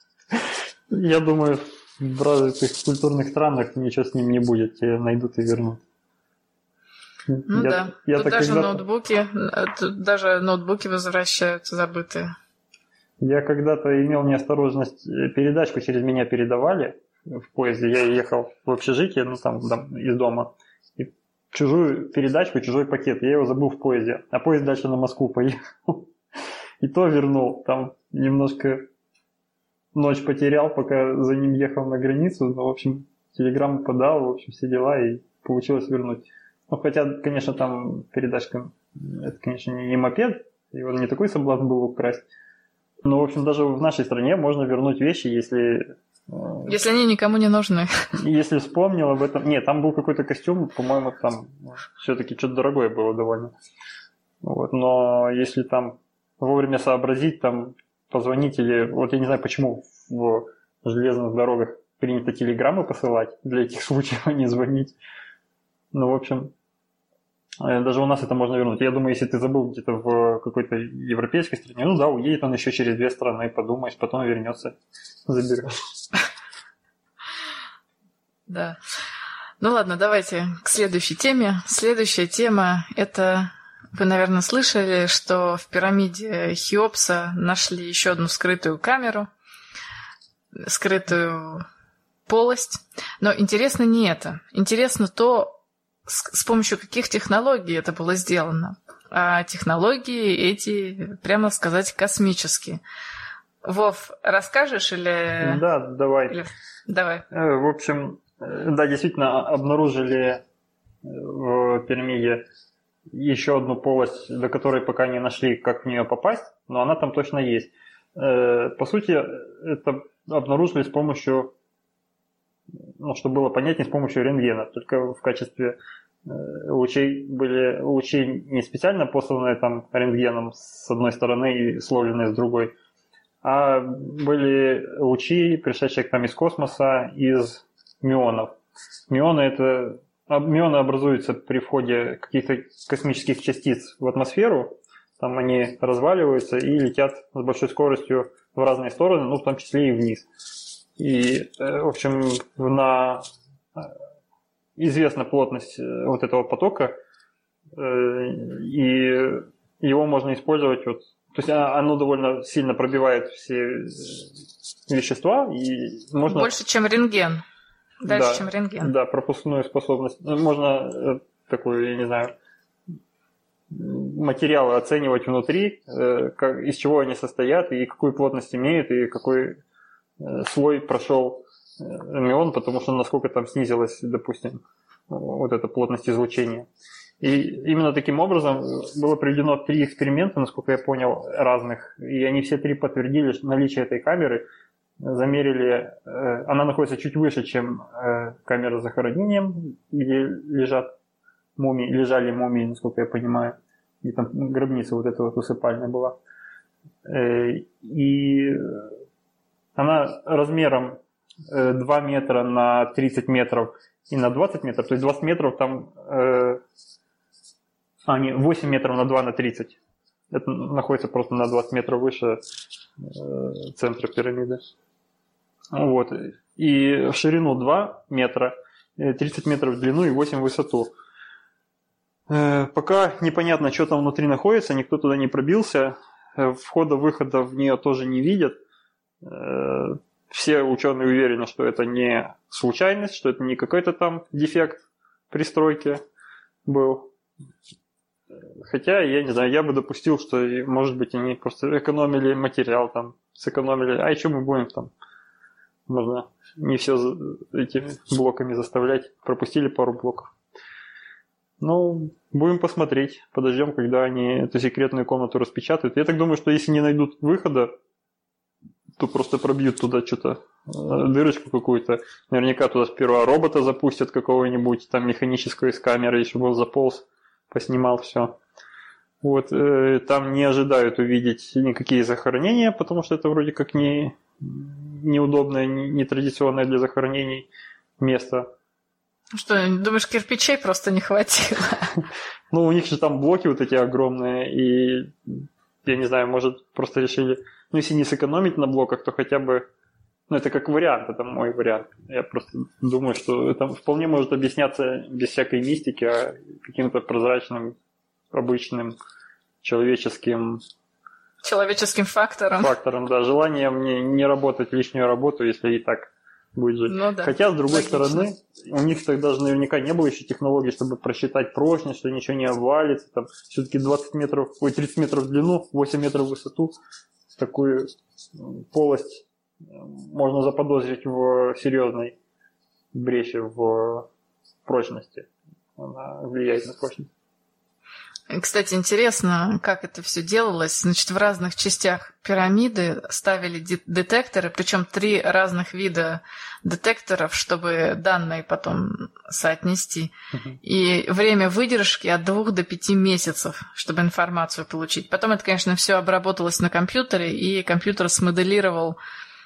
Я думаю, в развитых культурных странах ничего с ним не будет. Тебя найдут и вернут. Ну я, да. Я тут даже когда-то... ноутбуки, тут даже ноутбуки возвращаются забытые. Я когда-то имел неосторожность, передачку через меня передавали в поезде. Я ехал в общежитие, ну там, там из дома. И чужую передачку, чужой пакет. Я его забыл в поезде. А поезд дальше на Москву поехал. И то вернул. Там немножко ночь потерял, пока за ним ехал на границу. Но, в общем, телеграмму подал, в общем, все дела, и получилось вернуть. Ну, хотя, конечно, там передачка, это, конечно, не мопед, его не такой соблазн был украсть. Но, в общем, даже в нашей стране можно вернуть вещи, если... Если они никому не нужны. Если вспомнил об этом... Нет, там был какой-то костюм, по-моему, там все-таки что-то дорогое было довольно. Вот. Но если там вовремя сообразить, там позвонить или... Вот я не знаю, почему в железных дорогах принято телеграммы посылать для этих случаев, а не звонить. Ну, в общем, даже у нас это можно вернуть. Я думаю, если ты забыл где-то в какой-то европейской стране, ну да, уедет он еще через две страны, подумаешь, потом вернется, заберешь. Да. Ну ладно, давайте к следующей теме. Следующая тема – это, вы, наверное, слышали, что в пирамиде Хеопса нашли еще одну скрытую камеру, скрытую полость. Но интересно не это. Интересно то, с помощью каких технологий это было сделано. А технологии эти, прямо сказать, космические. Вов, расскажешь или... Да, давай. Или... Давай. В общем, да, действительно, обнаружили в пирамиде еще одну полость, до которой пока не нашли, как в нее попасть, но она там точно есть. По сути, это обнаружили с помощью, ну, чтобы было понятнее, с помощью рентгена, только в качестве лучей были лучи не специально посланные там рентгеном с одной стороны и словленные с другой, а были лучи, пришедшие к нам из космоса, из мюонов. Мюоны, это, мюоны образуются при входе каких-то космических частиц в атмосферу, там они разваливаются и летят с большой скоростью в разные стороны, ну, в том числе и вниз. И, в общем, на известна плотность вот этого потока, и его можно использовать, вот, то есть оно довольно сильно пробивает все вещества, и можно... Больше, чем рентген. Дальше, да, чем рентген. Да, пропускную способность. Можно такую, я не знаю, материалы оценивать внутри, как, из чего они состоят, и какую плотность имеют, и какой слой прошел мюон, потому что насколько там снизилась, допустим, вот эта плотность излучения. И именно таким образом было проведено три эксперимента, насколько я понял, разных, и они все три подтвердили наличие этой камеры. Замерили, она находится чуть выше, чем камера с захоронением, где лежат мумии, лежали мумии, насколько я понимаю, и там гробница вот эта вот усыпальная была. И она размером два метра на тридцать метров и на двадцать метров, то есть двадцать метров там, э, а не, восемь метров на два на тридцать. Это находится просто на двадцать метров выше э, центра пирамиды. Вот. И в ширину два метра тридцать метров в длину и восемь в высоту. Пока непонятно, что там внутри находится, никто туда не пробился, входа-выхода в нее тоже не видят. Все ученые уверены, что это не случайность, что это не какой-то там дефект пристройки был. Хотя, я не знаю, я бы допустил, что, может быть, они просто экономили материал там, сэкономили. А и что мы будем там? Можно не все этими блоками заставлять. Пропустили пару блоков. Ну, будем посмотреть. Подождем, когда они эту секретную комнату распечатают. Я так думаю, что если не найдут выхода, то просто пробьют туда что-то, дырочку какую-то. Наверняка туда сперва робота запустят какого-нибудь, там механического из камеры, еще был заполз, поснимал все. Вот, э, там не ожидают увидеть никакие захоронения, потому что это вроде как не, неудобное, нетрадиционное для захоронений место. Что, думаешь, кирпичей просто не хватило? Ну, у них же там блоки вот эти огромные, и, я не знаю, может, просто решили, ну, если не сэкономить на блоках, то хотя бы, ну, это как вариант, это мой вариант. Я просто думаю, что это вполне может объясняться без всякой мистики, а каким-то прозрачным, обычным, человеческим... Человеческим фактором. Фактором, да, желанием не, не работать лишнюю работу, если и так будет жить. Ну, да. Хотя, с другой Логично. стороны, у них тогда даже наверняка не было еще технологий, чтобы просчитать прочность, что ничего не обвалится. Там все-таки двадцать метров, ой, тридцать метров в длину, восемь метров в высоту. Такую полость можно заподозрить в серьезной бреши в прочности. Она влияет на прочность. Кстати, интересно, как это все делалось. Значит, в разных частях пирамиды ставили детекторы, причем три разных вида детекторов, чтобы данные потом соотнести. Uh-huh. И время выдержки от двух до пяти месяцев, чтобы информацию получить. Потом это, конечно, все обработалось на компьютере, и компьютер смоделировал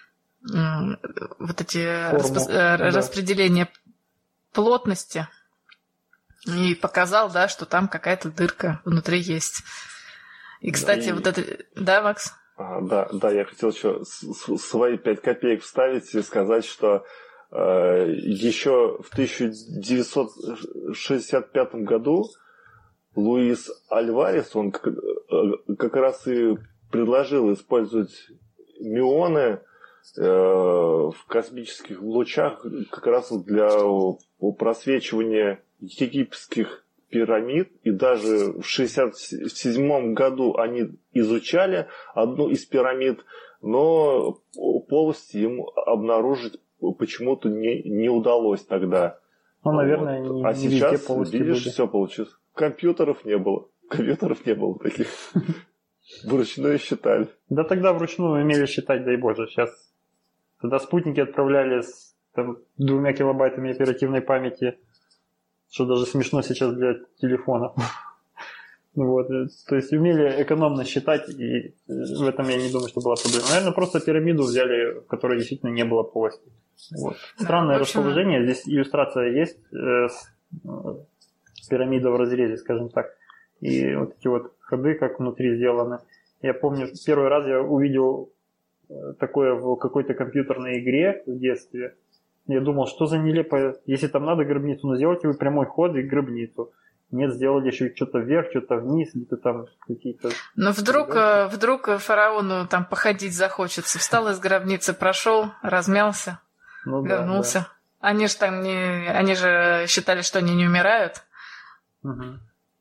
вот эти распо- да. распределения плотности. И показал, да, что там какая-то дырка внутри есть. И, кстати, да, и... вот это... Да, Макс? А, да, да, я хотел еще свои пять копеек вставить и сказать, что э, еще в тысяча девятьсот шестьдесят пятом году Луис Альварес, он как, как раз и предложил использовать мюоны э, в космических лучах как раз для просвечивания египетских пирамид, и даже в шестьдесят седьмом году они изучали одну из пирамид, но полностью им обнаружить почему-то не, не удалось тогда. Ну, наверное, вот. не, А не сейчас, везде полностью видишь, были. все получилось. Компьютеров не было. Компьютеров не было таких. Вручную считали. Да тогда вручную умели считать, дай боже. Сейчас, тогда спутники отправляли с там, двумя килобайтами оперативной памяти, что даже смешно сейчас для телефона. Вот. То есть умели экономно считать, и в этом я не думаю, что была проблема. Наверное, просто пирамиду взяли, в которой действительно не было полости. Вот. Странное да, расположение. Здесь иллюстрация есть э, с, э, пирамида в разрезе, скажем так. И вот эти вот ходы, как внутри сделаны. Я помню, первый раз я увидел такое в какой-то компьютерной игре в детстве. Я думал, что за нелепое, если там надо гробницу, ну сделайте вы прямой ход и гробницу. Нет, сделали еще что-то вверх, что-то вниз, где-то там какие-то... Но вдруг, вдруг фараону там походить захочется. Встал из гробницы, прошел, размялся, ну, вернулся. Да, да. Они же там не... Они же считали, что они не умирают. Угу.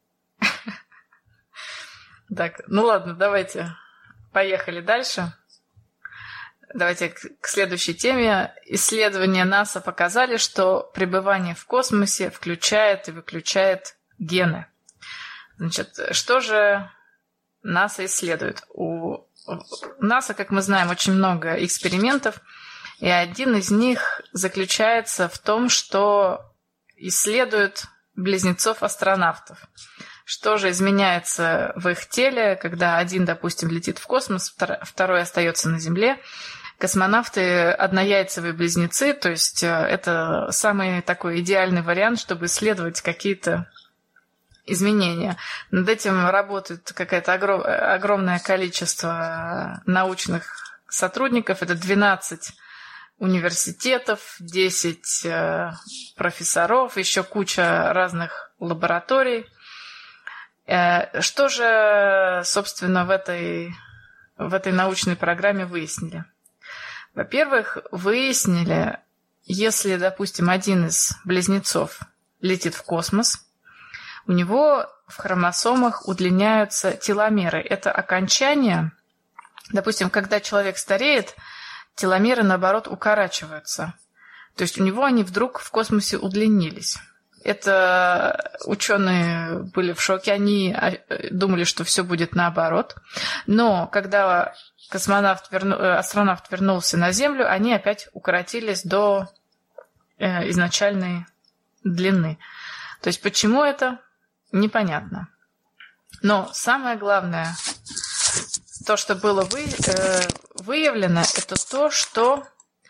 Так, ну ладно, давайте поехали дальше. Давайте к следующей теме. Исследования НАСА показали, что пребывание в космосе включает и выключает гены. Значит, что же НАСА исследует? У НАСА, как мы знаем, очень много экспериментов, и один из них заключается в том, что исследуют близнецов-астронавтов. Что же изменяется в их теле, когда один, допустим, летит в космос, второй остается на Земле. Космонавты – однояйцевые близнецы, то есть это самый такой идеальный вариант, чтобы исследовать какие-то изменения. Над этим работает какое-то огром- огромное количество научных сотрудников. Это двенадцать университетов, десять э, профессоров, еще куча разных лабораторий. Э, что же, собственно, в этой, в этой научной программе выяснили? Во-первых, выяснили, если, допустим, один из близнецов летит в космос, у него в хромосомах удлиняются теломеры. Это окончание, допустим, когда человек стареет, теломеры, наоборот, укорачиваются. То есть у него они вдруг в космосе удлинились. Это ученые были в шоке, они думали, что все будет наоборот. Но когда космонавт верну... астронавт вернулся на Землю, они опять укоротились до изначальной длины. То есть почему это? Непонятно. Но самое главное, то, что было вы, э, выявлено, это то, что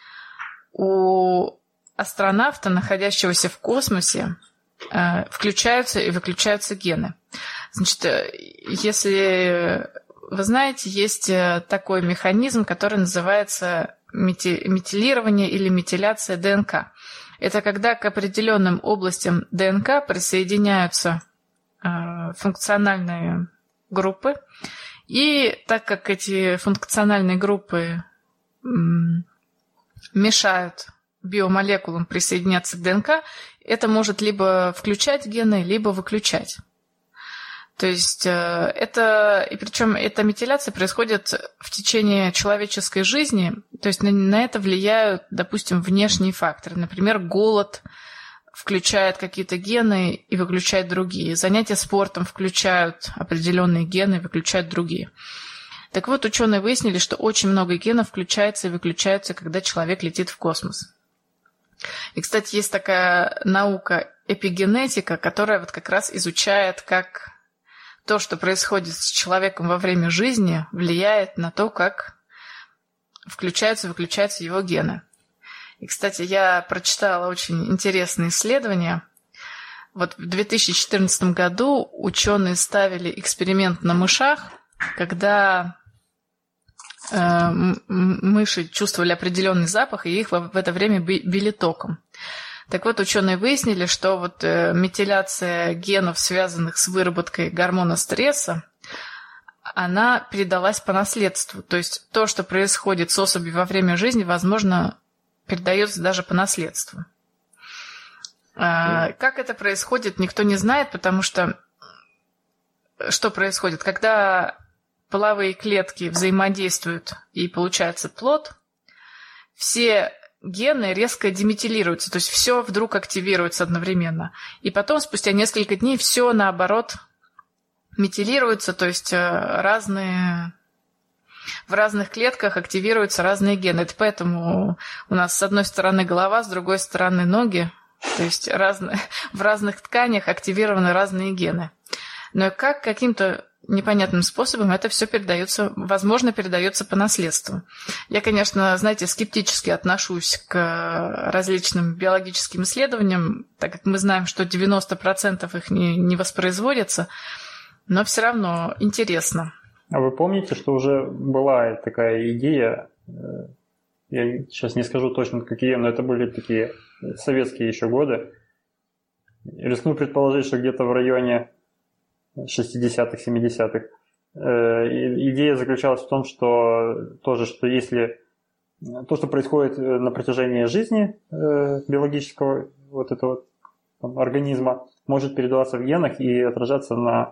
у астронавта, находящегося в космосе, э, включаются и выключаются гены. Значит, если вы знаете, есть такой механизм, который называется метилирование или метиляция ДНК. Это когда к определенным областям ДНК присоединяются э, функциональные группы. И так как эти функциональные группы м, мешают биомолекулам присоединяться к ДНК, это может либо включать гены, либо выключать. То есть э, это, и причем эта метиляция происходит в течение человеческой жизни, то есть на, на это влияют, допустим, внешние факторы. Например, голод включает какие-то гены и выключает другие. Занятия спортом включают определенные гены и выключают другие. Так вот, ученые выяснили, что очень много генов включается и выключается, когда человек летит в космос. И, кстати, есть такая наука эпигенетика, которая вот как раз изучает, как то, что происходит с человеком во время жизни, влияет на то, как включаются и выключаются его гены. И, кстати, я прочитала очень интересные исследования. Вот в две тысячи четырнадцатом году ученые ставили эксперимент на мышах, когда э, мыши чувствовали определенный запах, и их в это время били током. Так вот, ученые выяснили, что вот э, метиляция генов, связанных с выработкой гормона стресса, она передалась по наследству. То есть то, что происходит с особью во время жизни, возможно, передается даже по наследству. Э, как это происходит, никто не знает, потому что что происходит? Когда половые клетки взаимодействуют и получается плод, все гены резко деметилируются, то есть все вдруг активируется одновременно. И потом, спустя несколько дней, все наоборот метилируется, то есть разные, в разных клетках активируются разные гены. Это поэтому у нас с одной стороны голова, с другой стороны ноги, то есть разные, в разных тканях активированы разные гены. Но как каким-то непонятным способом это все передается, возможно, передается по наследству. Я, конечно, знаете, скептически отношусь к различным биологическим исследованиям, так как мы знаем, что девяносто процентов их не, не воспроизводится, но все равно интересно. А вы помните, что уже была такая идея, я сейчас не скажу точно какие, но это были такие советские еще годы. Рискну предположить, что где-то в районе шестидесятых, семидесятых. Идея заключалась в том, что тоже, что если то, что происходит на протяжении жизни биологического вот этого там, организма, может передаваться в генах и отражаться на,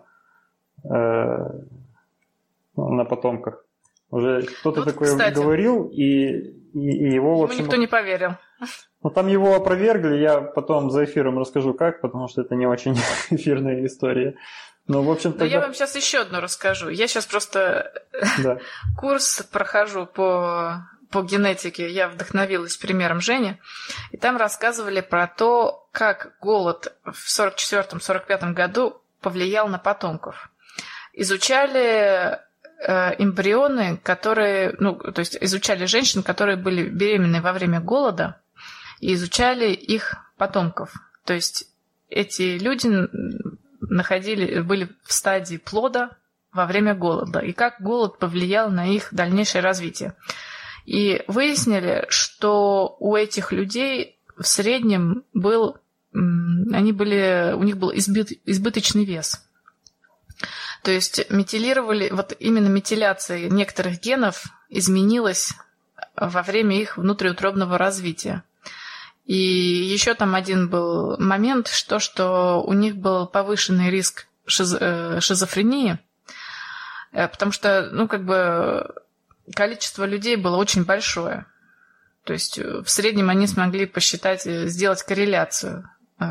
на потомках. Уже кто-то вот, такое кстати, говорил, и, и, и его, в общем... никто не поверил. Ну, там его опровергли, я потом за эфиром расскажу как, потому что это не очень эфирная история. Ну, в общем, тогда... я вам сейчас еще одну расскажу. Я сейчас просто да. курс прохожу по, по генетике. Я вдохновилась примером Жени. И там рассказывали про то, как голод в сорок четвёртом — сорок пятом году повлиял на потомков. Изучали э, эмбрионы, которые... Ну, то есть изучали женщин, которые были беременны во время голода, и изучали их потомков. То есть эти люди... находили, были в стадии плода во время голода, и как голод повлиял на их дальнейшее развитие. И выяснили, что у этих людей в среднем был, они были, у них был избыт, избыточный вес. То есть метилировали, вот именно метиляция некоторых генов изменилась во время их внутриутробного развития. И еще там один был момент, что, что у них был повышенный риск шиз, шизофрении, потому что, ну, как бы количество людей было очень большое. То есть в среднем они смогли посчитать, сделать корреляцию,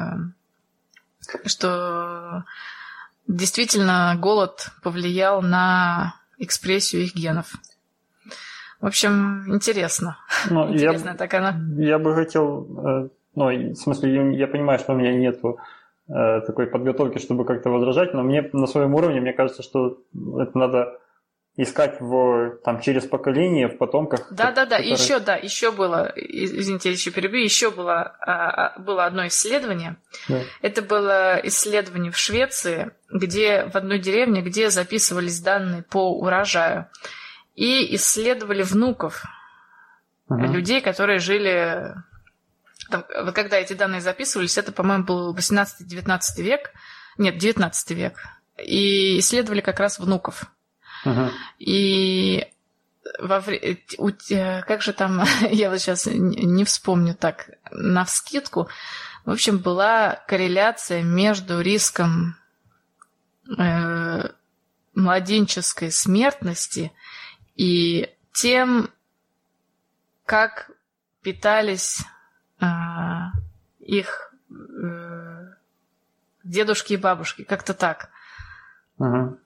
что действительно голод повлиял на экспрессию их генов. В общем, интересно. Ну, интересно, я, так она. Я бы хотел, ну, в смысле, я понимаю, что у меня нету э, такой подготовки, чтобы как-то возражать, но мне на своем уровне, мне кажется, что это надо искать в, там, через поколение, в потомках. Да, да, да, которые... еще, да, еще было, извините, я еще перебью, еще было, было одно исследование. Да. Это было исследование в Швеции, где в одной деревне, где записывались данные по урожаю. И исследовали внуков uh-huh. людей, которые жили... Там, когда эти данные записывались, это, по-моему, был восемнадцатый-девятнадцатый век. Нет, девятнадцатый век. И исследовали как раз внуков. Uh-huh. И во вре... как же там... Я вот сейчас не вспомню так навскидку. В общем, была корреляция между риском э, младенческой смертности и тем, как питались э, их э, дедушки и бабушки, как-то так. Uh-huh.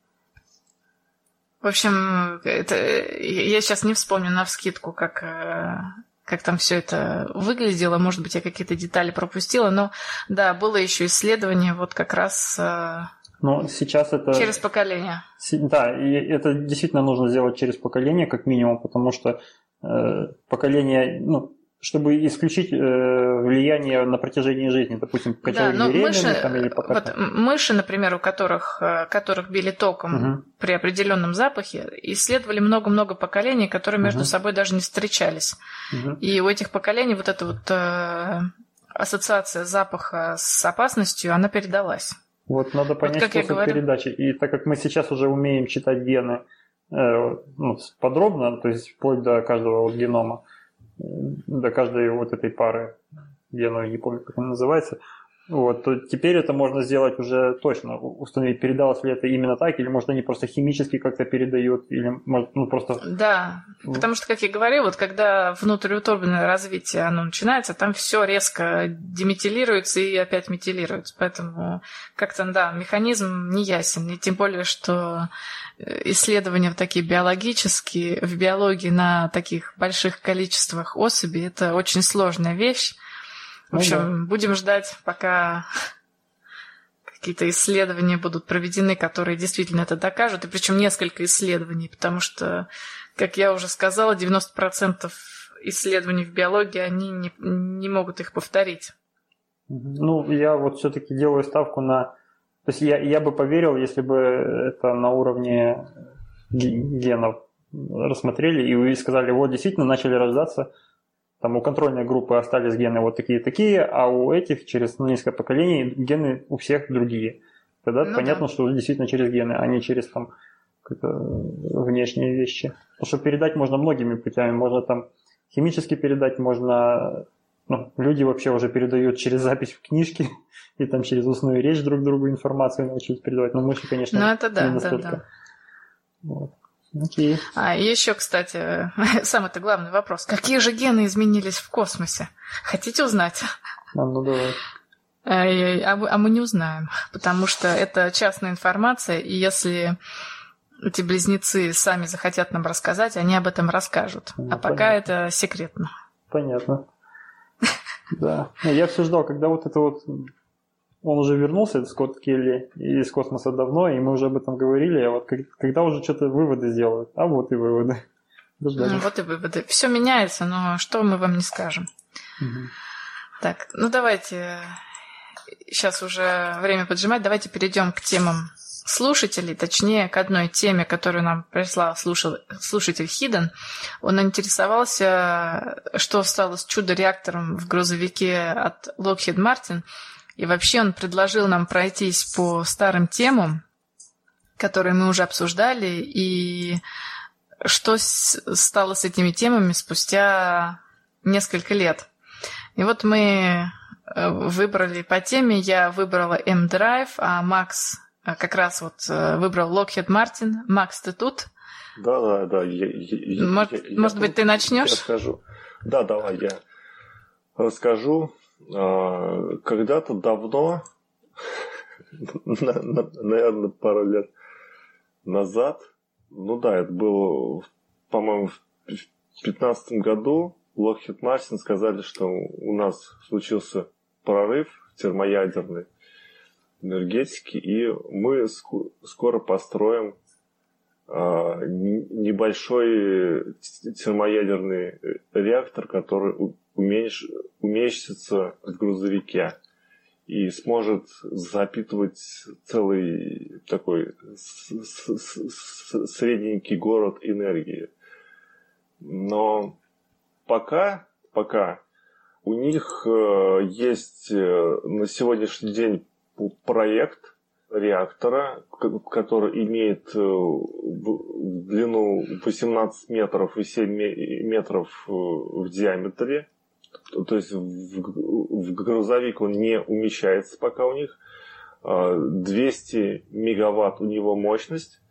В общем, это, я сейчас не вспомню навскидку, как, э, как там все это выглядело. Может быть, я какие-то детали пропустила, но да, было еще исследование вот как раз... Э, Но сейчас это... Через поколение. Да, и это действительно нужно сделать через поколение, как минимум, потому что э, поколение, ну, чтобы исключить э, влияние на протяжении жизни, допустим, пока да, человек беременный мыши, там, или пока... Вот мыши, например, у которых, которых били током угу. при определенном запахе, исследовали много-много поколений, которые между угу. собой даже не встречались. Угу. И у этих поколений вот эта вот э, ассоциация запаха с опасностью, она передалась. Вот надо понять вот способ передачи. И так как мы сейчас уже умеем читать гены э, ну, подробно, то есть вплоть до каждого вот генома, до каждой вот этой пары генов, не помню, как она называется, вот, то теперь это можно сделать уже точно, установить, передалось ли это именно так, или может они просто химически как-то передают, или может, ну просто... Да, вот. Потому что, как я говорю, вот когда внутриутробное развитие оно начинается, там все резко деметилируется и опять метилируется, поэтому как-то, да, механизм не ясен, и тем более, что исследования в такие биологические, в биологии на таких больших количествах особей, это очень сложная вещь. В общем, ну, да. будем ждать, пока какие-то исследования будут проведены, которые действительно это докажут, и причем несколько исследований, потому что, как я уже сказала, девяносто процентов исследований в биологии, они не, не могут их повторить. Ну, я вот все-таки делаю ставку на... То есть я, я бы поверил, если бы это на уровне генов рассмотрели и сказали, вот действительно начали рождаться, там у контрольной группы остались гены вот такие-такие, а у этих через несколько поколений гены у всех другие. Тогда ну, понятно, да. что действительно через гены, а не через там внешние вещи. Потому что передать можно многими путями. Можно там химически передать, можно... Ну, люди вообще уже передают через запись в книжке и там через устную речь друг другу информацию научились передавать. Но мыши, конечно, ну, это да, не настолько. Да, да. Вот. Окей. А еще, кстати, самый-то главный вопрос. Какие же гены изменились в космосе? Хотите узнать? А, ну давай. А, а мы не узнаем, потому что это частная информация, и если эти близнецы сами захотят нам рассказать, они об этом расскажут. Ну, а понятно. Пока это секретно. Понятно. Да. Я все ждал, когда вот это вот... Он уже вернулся, это Скотт Келли, из космоса давно, и мы уже об этом говорили, а вот когда уже что-то выводы сделают. А вот и выводы. Ну, вот и выводы. Все меняется, но что мы вам не скажем. Угу. Так, ну давайте... Сейчас уже время поджимать, давайте перейдем к темам слушателей, точнее, к одной теме, которую нам прислал слушатель Хиден. Он интересовался, что стало с чудо-реактором в грузовике от Lockheed Martin. И вообще он предложил нам пройтись по старым темам, которые мы уже обсуждали, и что стало с этими темами спустя несколько лет. И вот мы выбрали по теме, я выбрала M-Drive, а Макс как раз вот выбрал Lockheed Martin. Макс, ты тут? Да, да, да. Я, я, может я, может я, быть, ты начнешь? Я расскажу. Да, давай, я расскажу. Когда-то давно, наверное, пару лет назад, ну да, это было, по-моему, в две тысячи пятнадцатом году, Lockheed Martin сказали, что у нас случился прорыв термоядерной энергетики, и мы ск- скоро построим а, небольшой термоядерный реактор, который уменьш... уменьшится в грузовике и сможет запитывать целый такой средненький город энергии. Но пока, пока у них есть на сегодняшний день проект реактора, который имеет длину восемнадцать метров и семь метров в диаметре. То есть в, в грузовик он не умещается пока у них. двести мегаватт у него мощность.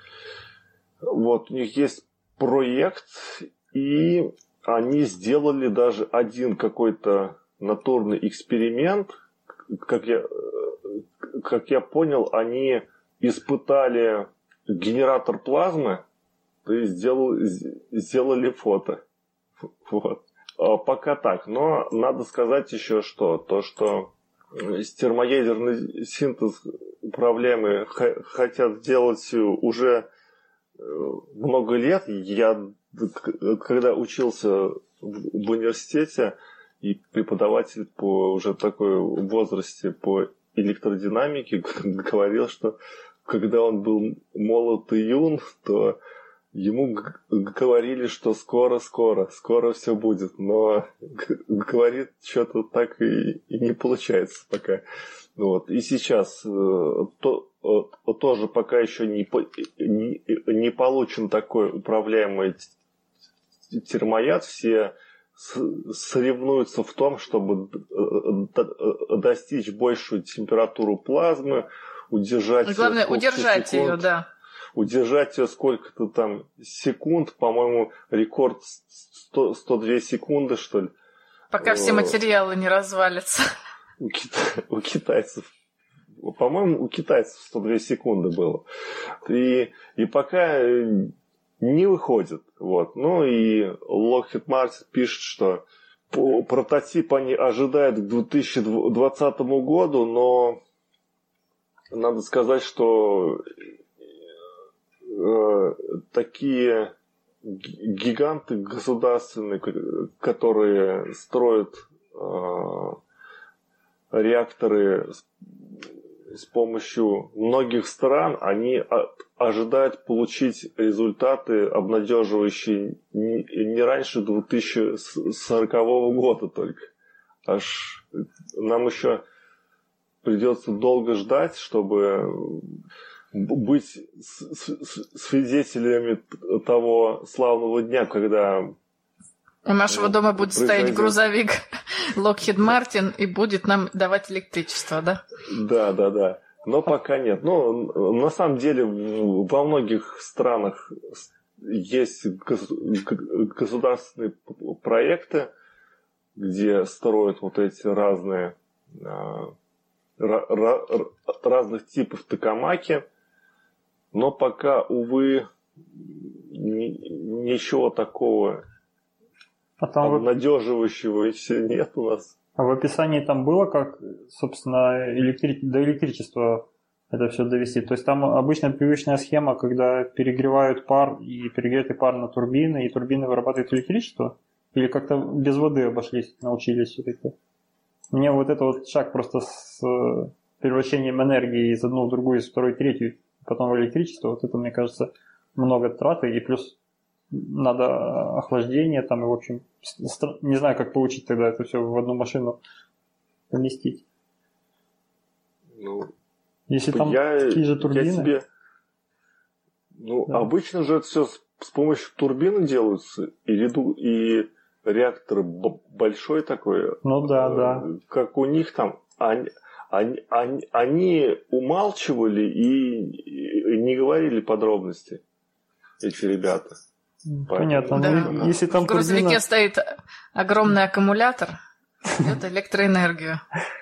Вот, у них есть проект, и они сделали даже один какой-то натурный эксперимент. Как я, как я понял, они испытали генератор плазмы, то есть сделали, сделали фото. Вот. Пока так, но надо сказать еще что, то что термоядерный синтез управляемый хотят сделать уже много лет. Я когда учился в университете, и преподаватель по уже такой возрасте по электродинамике говорил, что когда он был молод и юн, то ему говорили, что скоро-скоро, скоро все будет, но говорит, что-то так и, и не получается пока. Вот. И сейчас то, тоже пока еще не, не, не получен такой управляемый термояд. Все соревнуются в том, чтобы достичь большую температуру плазмы, удержать... Главное, удержать секунд. ее, да. Удержать ее сколько-то там секунд, по-моему, рекорд сто, сто две секунды, что ли. Пока все материалы не развалятся. У, кита... у китайцев, по-моему, у китайцев сто две секунды было. И, и пока не выходит. Вот. Ну и Lockheed Martin пишет, что прототип они ожидают к две тысячи двадцатому году, но надо сказать, что такие гиганты государственные, которые строят э, реакторы с, с помощью многих стран, они ожидают получить результаты, обнадеживающие не, не раньше две тысячи сорокового года только. Аж нам еще придется долго ждать, чтобы быть свидетелями того славного дня, когда у нашего дома будет стоять грузовик Lockheed Martin и будет нам давать электричество, да? Да, да, да. Но пока нет. Ну, на самом деле, во многих странах есть государственные проекты, где строят вот эти разные разных типов токамаки. Но пока, увы, ничего такого а там обнадеживающего еще нет у нас. А в описании там было, как, собственно, электри... до электричества это все довести? То есть там обычная привычная схема, когда перегревают пар, и перегретый пар на турбины, и турбины вырабатывают электричество? Или как-то без воды обошлись, научились все-таки? Мне вот этот вот шаг просто с превращением энергии из одного в другую, из второй в третью потом в электричество. Вот это, мне кажется, много траты, и плюс надо охлаждение там, и, в общем, не знаю, как получить тогда это все в одну машину поместить. Ну, если там я, такие же турбины. Я себе... Ну, да. Обычно же это все с, с помощью турбины делаются, и, реду... и реактор б- большой такой. Ну да, э, да. Как у них там, они, они, они, они умалчивали и, и не говорили подробности, эти ребята. Понятно. Да. Ну, если там в грузовике турбина... стоит огромный аккумулятор, это электроэнергию.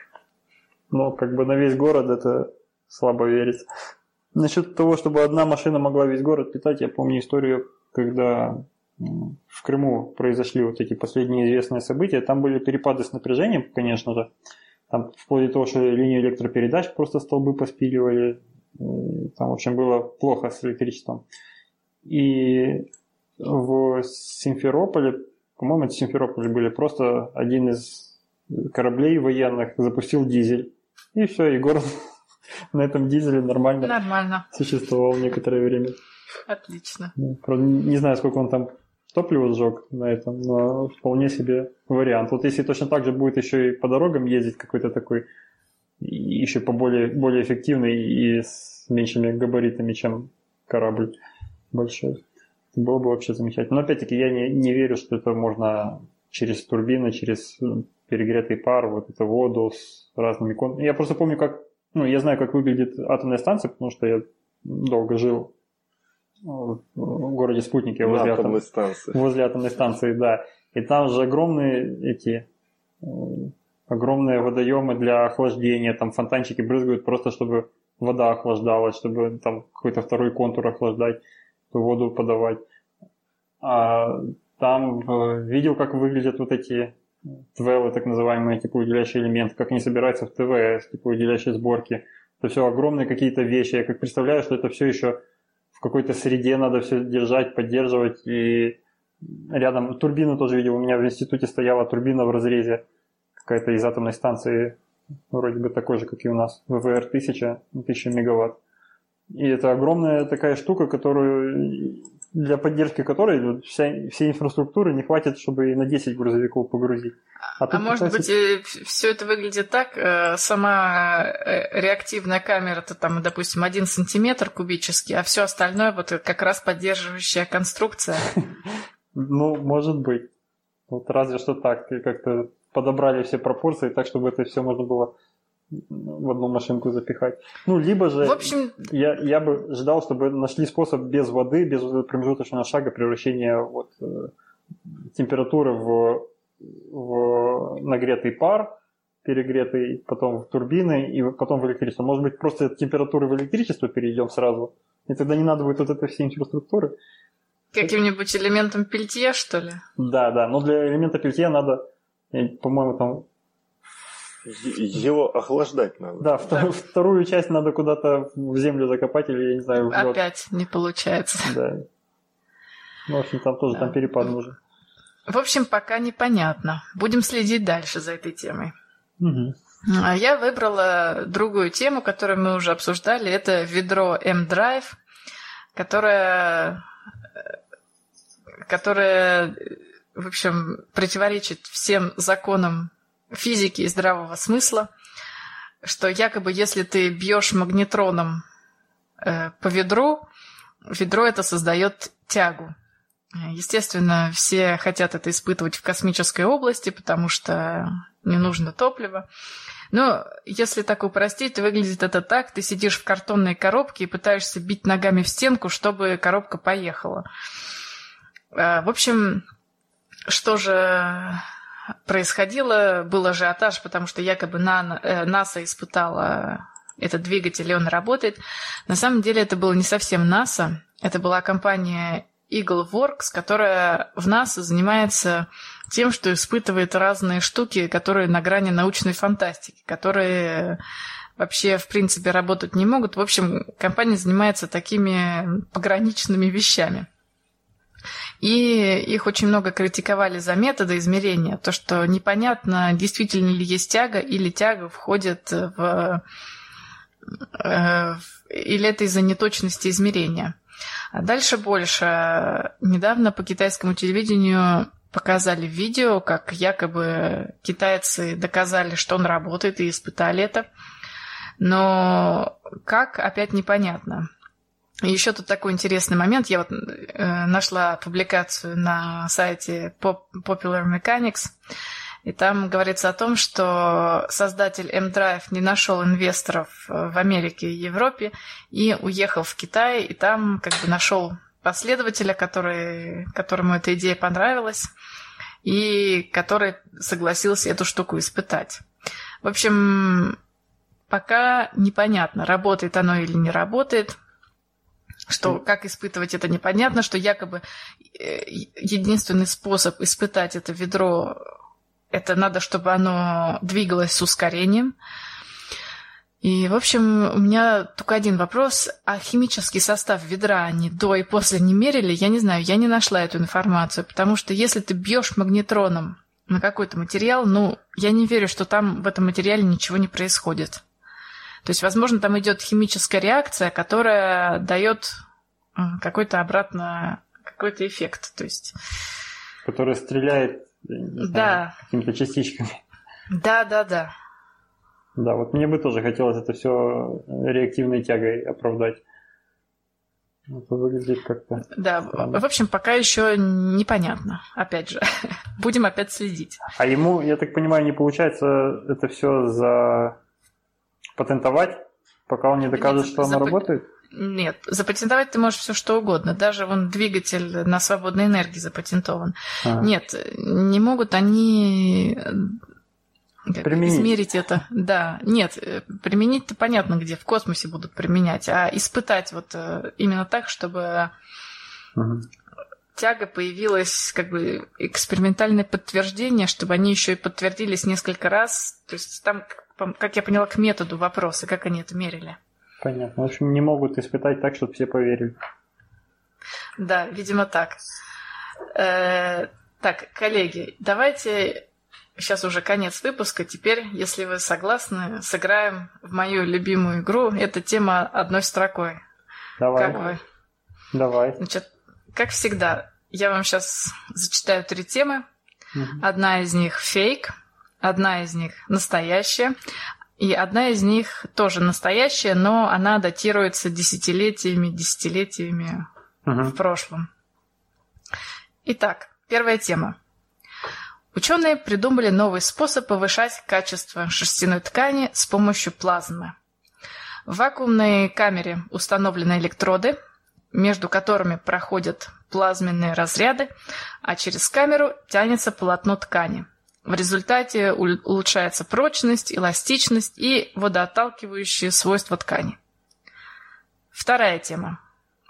Ну, как бы на весь город это слабо верить. Насчет того, чтобы одна машина могла весь город питать, я помню историю, когда в Крыму произошли вот эти последние известные события. Там были перепады с напряжением, конечно же. Там вплоть до того, что линию электропередач просто столбы поспиливали. Там, в общем, было плохо с электричеством. И в Симферополе, по-моему, это Симферополе были, просто один из кораблей военных запустил дизель. И все, и город на этом дизеле нормально, нормально существовал некоторое время. Отлично. Не знаю, сколько он там топлива сжег на этом, но вполне себе вариант. Вот если точно так же будет еще и по дорогам ездить какой-то такой, еще по более, более эффективный и с меньшими габаритами, чем корабль большой, это было бы вообще замечательно. Но опять-таки я не, не верю, что это можно через турбины, через перегретый пар, вот эту воду с разными контурами. Я просто помню, как, ну, я знаю, как выглядит атомная станция, потому что я долго жил в городе Спутнике возле атомной станции. Возле атомной станции, да. И там же огромные эти огромные водоемы для охлаждения, там фонтанчики брызгают просто, чтобы вода охлаждалась, чтобы там какой-то второй контур охлаждать, воду подавать. А там видел, как выглядят вот эти твелы, так называемые теплоуделяющие элементы, как они собираются в ТВС, теплоуделяющие сборки. Это все огромные какие-то вещи. Я как представляю, что это все еще в какой-то среде надо все держать, поддерживать. И рядом турбину тоже видел. У меня в институте стояла турбина в разрезе какая-то из атомной станции, вроде бы такой же, как и у нас, ВВР тысяча, тысяча мегаватт. И это огромная такая штука, которую, для поддержки которой вся, всей инфраструктуры не хватит, чтобы и на десять грузовиков погрузить. А, а может быть, и все это выглядит так, сама реактивная камера-то там, допустим, один сантиметр кубический, а все остальное вот как раз поддерживающая конструкция? Ну, может быть. Вот разве что так, как-то подобрали все пропорции так, чтобы это все можно было в одну машинку запихать. Ну, либо же в общем... я, я бы ждал, чтобы нашли способ без воды, без промежуточного шага превращения вот, температуры в, в нагретый пар, перегретый, потом в турбины и потом в электричество. Может быть, просто от температуры в электричество перейдем сразу, и тогда не надо будет вот этой всей инфраструктуры. Каким-нибудь элементом пельтье, что ли? Да, да, но для элемента пельтье надо, по-моему, там... Его охлаждать надо. Да, вторую, вторую часть надо куда-то в землю закопать или, я не знаю, в лед. Опять не получается. Да. Ну, в общем, там тоже да. там перепад нужен. В общем, пока непонятно. Будем следить дальше за этой темой. Угу. А я выбрала другую тему, которую мы уже обсуждали. Это ведро M-Drive, которое, которое, в общем, противоречит всем законам физики и здравого смысла, что якобы если ты бьешь магнетроном э, по ведру, ведро это создает тягу. Естественно, все хотят это испытывать в космической области, потому что не нужно топливо. Но если так упростить, выглядит это так: ты сидишь в картонной коробке и пытаешься бить ногами в стенку, чтобы коробка поехала. Э, в общем, что же... происходило, был ажиотаж, потому что якобы НАСА испытала этот двигатель, и он работает. На самом деле это было не совсем НАСА, это была компания EagleWorks, которая в НАСА занимается тем, что испытывает разные штуки, которые на грани научной фантастики, которые вообще, в принципе, работать не могут. В общем, компания занимается такими пограничными вещами. И их очень много критиковали за методы измерения, то, что непонятно, действительно ли есть тяга, или тяга входит в, или это из-за неточности измерения. А дальше больше. Недавно по китайскому телевидению показали видео, как якобы китайцы доказали, что он работает, и испытали это. Но как, опять непонятно. И еще тут такой интересный момент. Я вот э, нашла публикацию на сайте Popular Mechanics, и там говорится о том, что создатель M-Drive не нашел инвесторов в Америке и Европе и уехал в Китай, и там как бы нашел последователя, который, которому эта идея понравилась, и который согласился эту штуку испытать. В общем, пока непонятно, работает оно или не работает. Что как испытывать это непонятно, что якобы единственный способ испытать это ведро, это надо, чтобы оно двигалось с ускорением. И, в общем, у меня только один вопрос. А химический состав ведра они до и после не мерили? Я не знаю, я не нашла эту информацию, потому что если ты бьешь магнетроном на какой-то материал, ну, я не верю, что там в этом материале ничего не происходит. То есть, возможно, там идет химическая реакция, которая дает какой-то обратно, какой-то эффект. То есть... Которая стреляет, не знаю, да. какими-то частичками. Да, да, да. Да, вот мне бы тоже хотелось это все реактивной тягой оправдать. Это выглядит как-то... Да, странно. В общем, пока еще непонятно. Опять же, будем опять следить. А ему, я так понимаю, не получается это все запатентовать, пока он не докажет, Нет, что оно запа... работает? Нет, запатентовать ты можешь все что угодно. Даже вон двигатель на свободной энергии запатентован. А. Нет, не могут они как, измерить это. Да, нет, применить-то понятно где, в космосе будут применять, а испытать вот именно так, чтобы угу. тяга появилась, как бы экспериментальное подтверждение, чтобы они еще и подтвердились несколько раз. То есть там, как я поняла, к методу вопроса, как они это мерили. Понятно. В общем, не могут испытать так, чтобы все поверили. Да, видимо, так. Э, так, коллеги, давайте... Сейчас уже конец выпуска. Теперь, если вы согласны, сыграем в мою любимую игру. Это тема одной строкой. Давай. Как вы? Давай. Значит, как всегда, я вам сейчас зачитаю три темы. Угу. Одна из них фейк, одна из них настоящая, и одна из них тоже настоящая, но она датируется десятилетиями, десятилетиями угу. в прошлом. Итак, первая тема. Ученые придумали новый способ повышать качество шерстяной ткани с помощью плазмы. В вакуумной камере установлены электроды, между которыми проходят плазменные разряды, а через камеру тянется полотно ткани. В результате улучшается прочность, эластичность и водоотталкивающие свойства ткани. Вторая тема.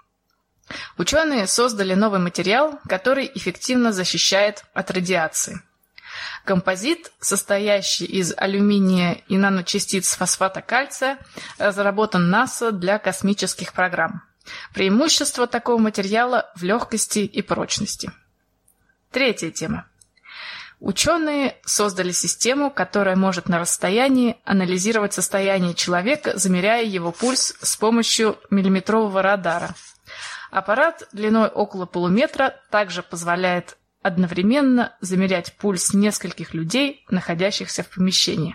Ученые создали новый материал, который эффективно защищает от радиации. Композит, состоящий из алюминия и наночастиц фосфата кальция, разработан НАСА для космических программ. Преимущество такого материала в легкости и прочности. Третья тема. Ученые создали систему, которая может на расстоянии анализировать состояние человека, замеряя его пульс с помощью миллиметрового радара. Аппарат длиной около полуметра также позволяет одновременно замерять пульс нескольких людей, находящихся в помещении.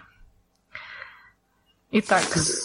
Итак,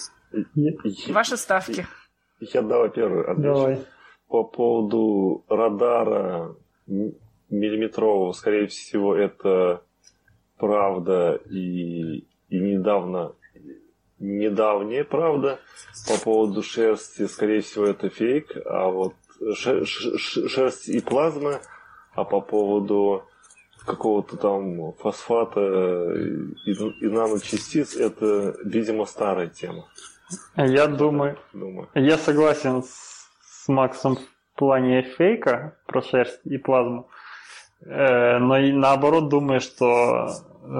ваши ставки. Я давай первый отвечу. Давай. По поводу радара миллиметрового, скорее всего, это правда и, и недавно, недавняя правда. По поводу шерсти, скорее всего, это фейк, а вот шерсть и плазма, а по поводу какого-то там фосфата и, и наночастиц, это, видимо, старая тема. Я думаю, думаю, я согласен с, с Максом в плане фейка про шерсть и плазму, э, но и наоборот думаю, что,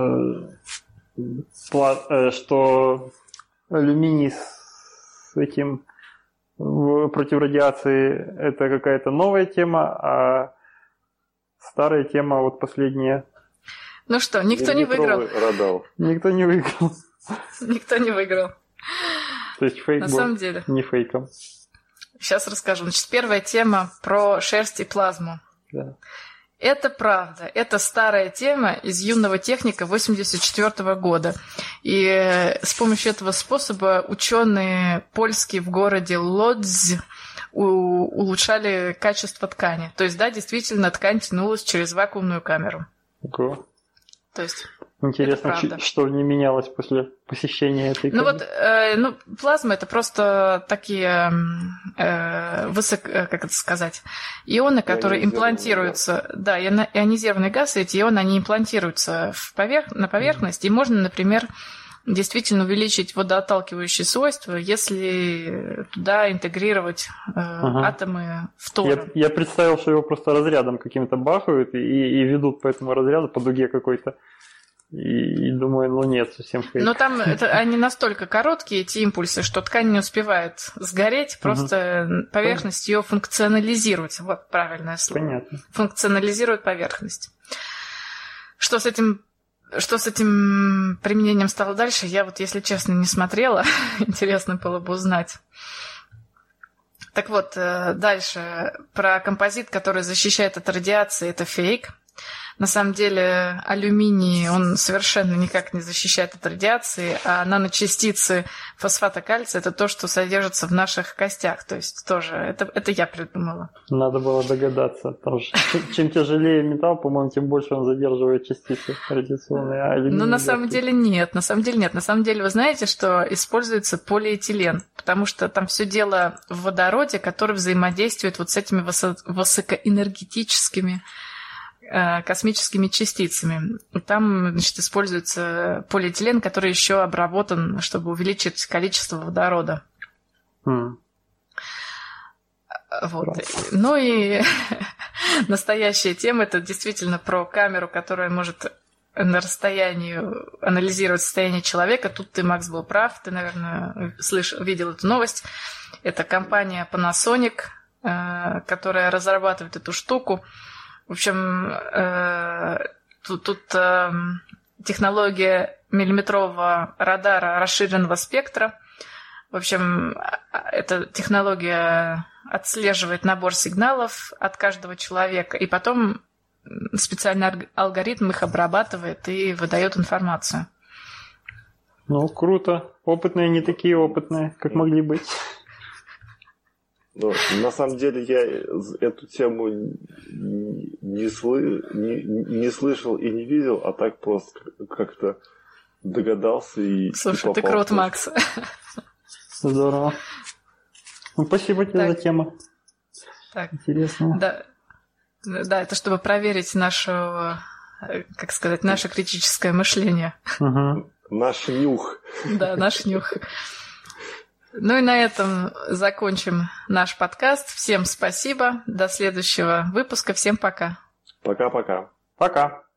э, пла, э, что алюминий с этим в, против радиации это какая-то новая тема, а старая тема вот последняя. Ну что, никто не выиграл. Радар. Никто не выиграл. Никто не выиграл. То есть фейк На был самом деле. не фейком. Сейчас расскажу. Значит, первая тема про шерсть и плазму. Да. Это правда. Это старая тема из юного техника восемьдесят четвёртого года. И с помощью этого способа ученые польские в городе Лодзь улучшали качество ткани. То есть, да, действительно, ткань тянулась через вакуумную камеру. Ого. То есть... Интересно, что не менялось после посещения этой Ну вот, э, ну, плазма — это просто такие э, высоко, как это сказать, ионы, которые имплантируются, газ. Да, ионизированный газ, эти ионы, они имплантируются в поверх, на поверхность, mm-hmm. и можно, например, действительно увеличить водоотталкивающие свойства, если туда интегрировать э, ага. атомы фтора. Я, я представил, что его просто разрядом каким-то бахают и, и ведут по этому разряду, по дуге какой-то. И, и думаю, ну нет, совсем фейк. Но там это, они настолько короткие, эти импульсы, что ткань не успевает сгореть, просто угу. поверхность ее функционализирует. Вот правильное слово. Понятно. Функционализирует поверхность. Что с этим, что с этим применением стало дальше, я вот, если честно, не смотрела. Интересно было бы узнать. Так вот, дальше. Про композит, который защищает от радиации, это фейк. На самом деле алюминий, он совершенно никак не защищает от радиации, а наночастицы фосфата кальция – это то, что содержится в наших костях. То есть тоже, это, это я придумала. Надо было догадаться. Потому что чем тяжелее металл, по-моему, тем больше он задерживает частицы радиационные. А ну, на самом деле нет. На самом деле нет. На самом деле вы знаете, что используется полиэтилен, потому что там все дело в водороде, который взаимодействует вот с этими высокоэнергетическими космическими частицами. Там, значит, используется полиэтилен, который еще обработан, чтобы увеличить количество водорода. Mm. Вот. Ну и настоящая тема — это действительно про камеру, которая может на расстоянии анализировать состояние человека. Тут ты, Макс, был прав. Ты, наверное, слышал, видел эту новость. Это компания Panasonic, которая разрабатывает эту штуку. В общем, э, тут, тут э, технология миллиметрового радара расширенного спектра. В общем, эта технология отслеживает набор сигналов от каждого человека, и потом специальный алгоритм их обрабатывает и выдает информацию. Ну, круто. Опытные не такие опытные, как могли быть. Но, на самом деле я эту тему не, слы, не, не слышал и не видел, а так просто как-то догадался и Слушай, и ты крут, Макс. Здорово. Ну, спасибо тебе так. за тему. Так. Интересно. Да. да, это чтобы проверить нашу, как сказать, наше критическое мышление. Угу. Наш нюх. Да, наш нюх. Ну и на этом закончим наш подкаст. Всем спасибо. До следующего выпуска. Всем пока. Пока-пока. Пока.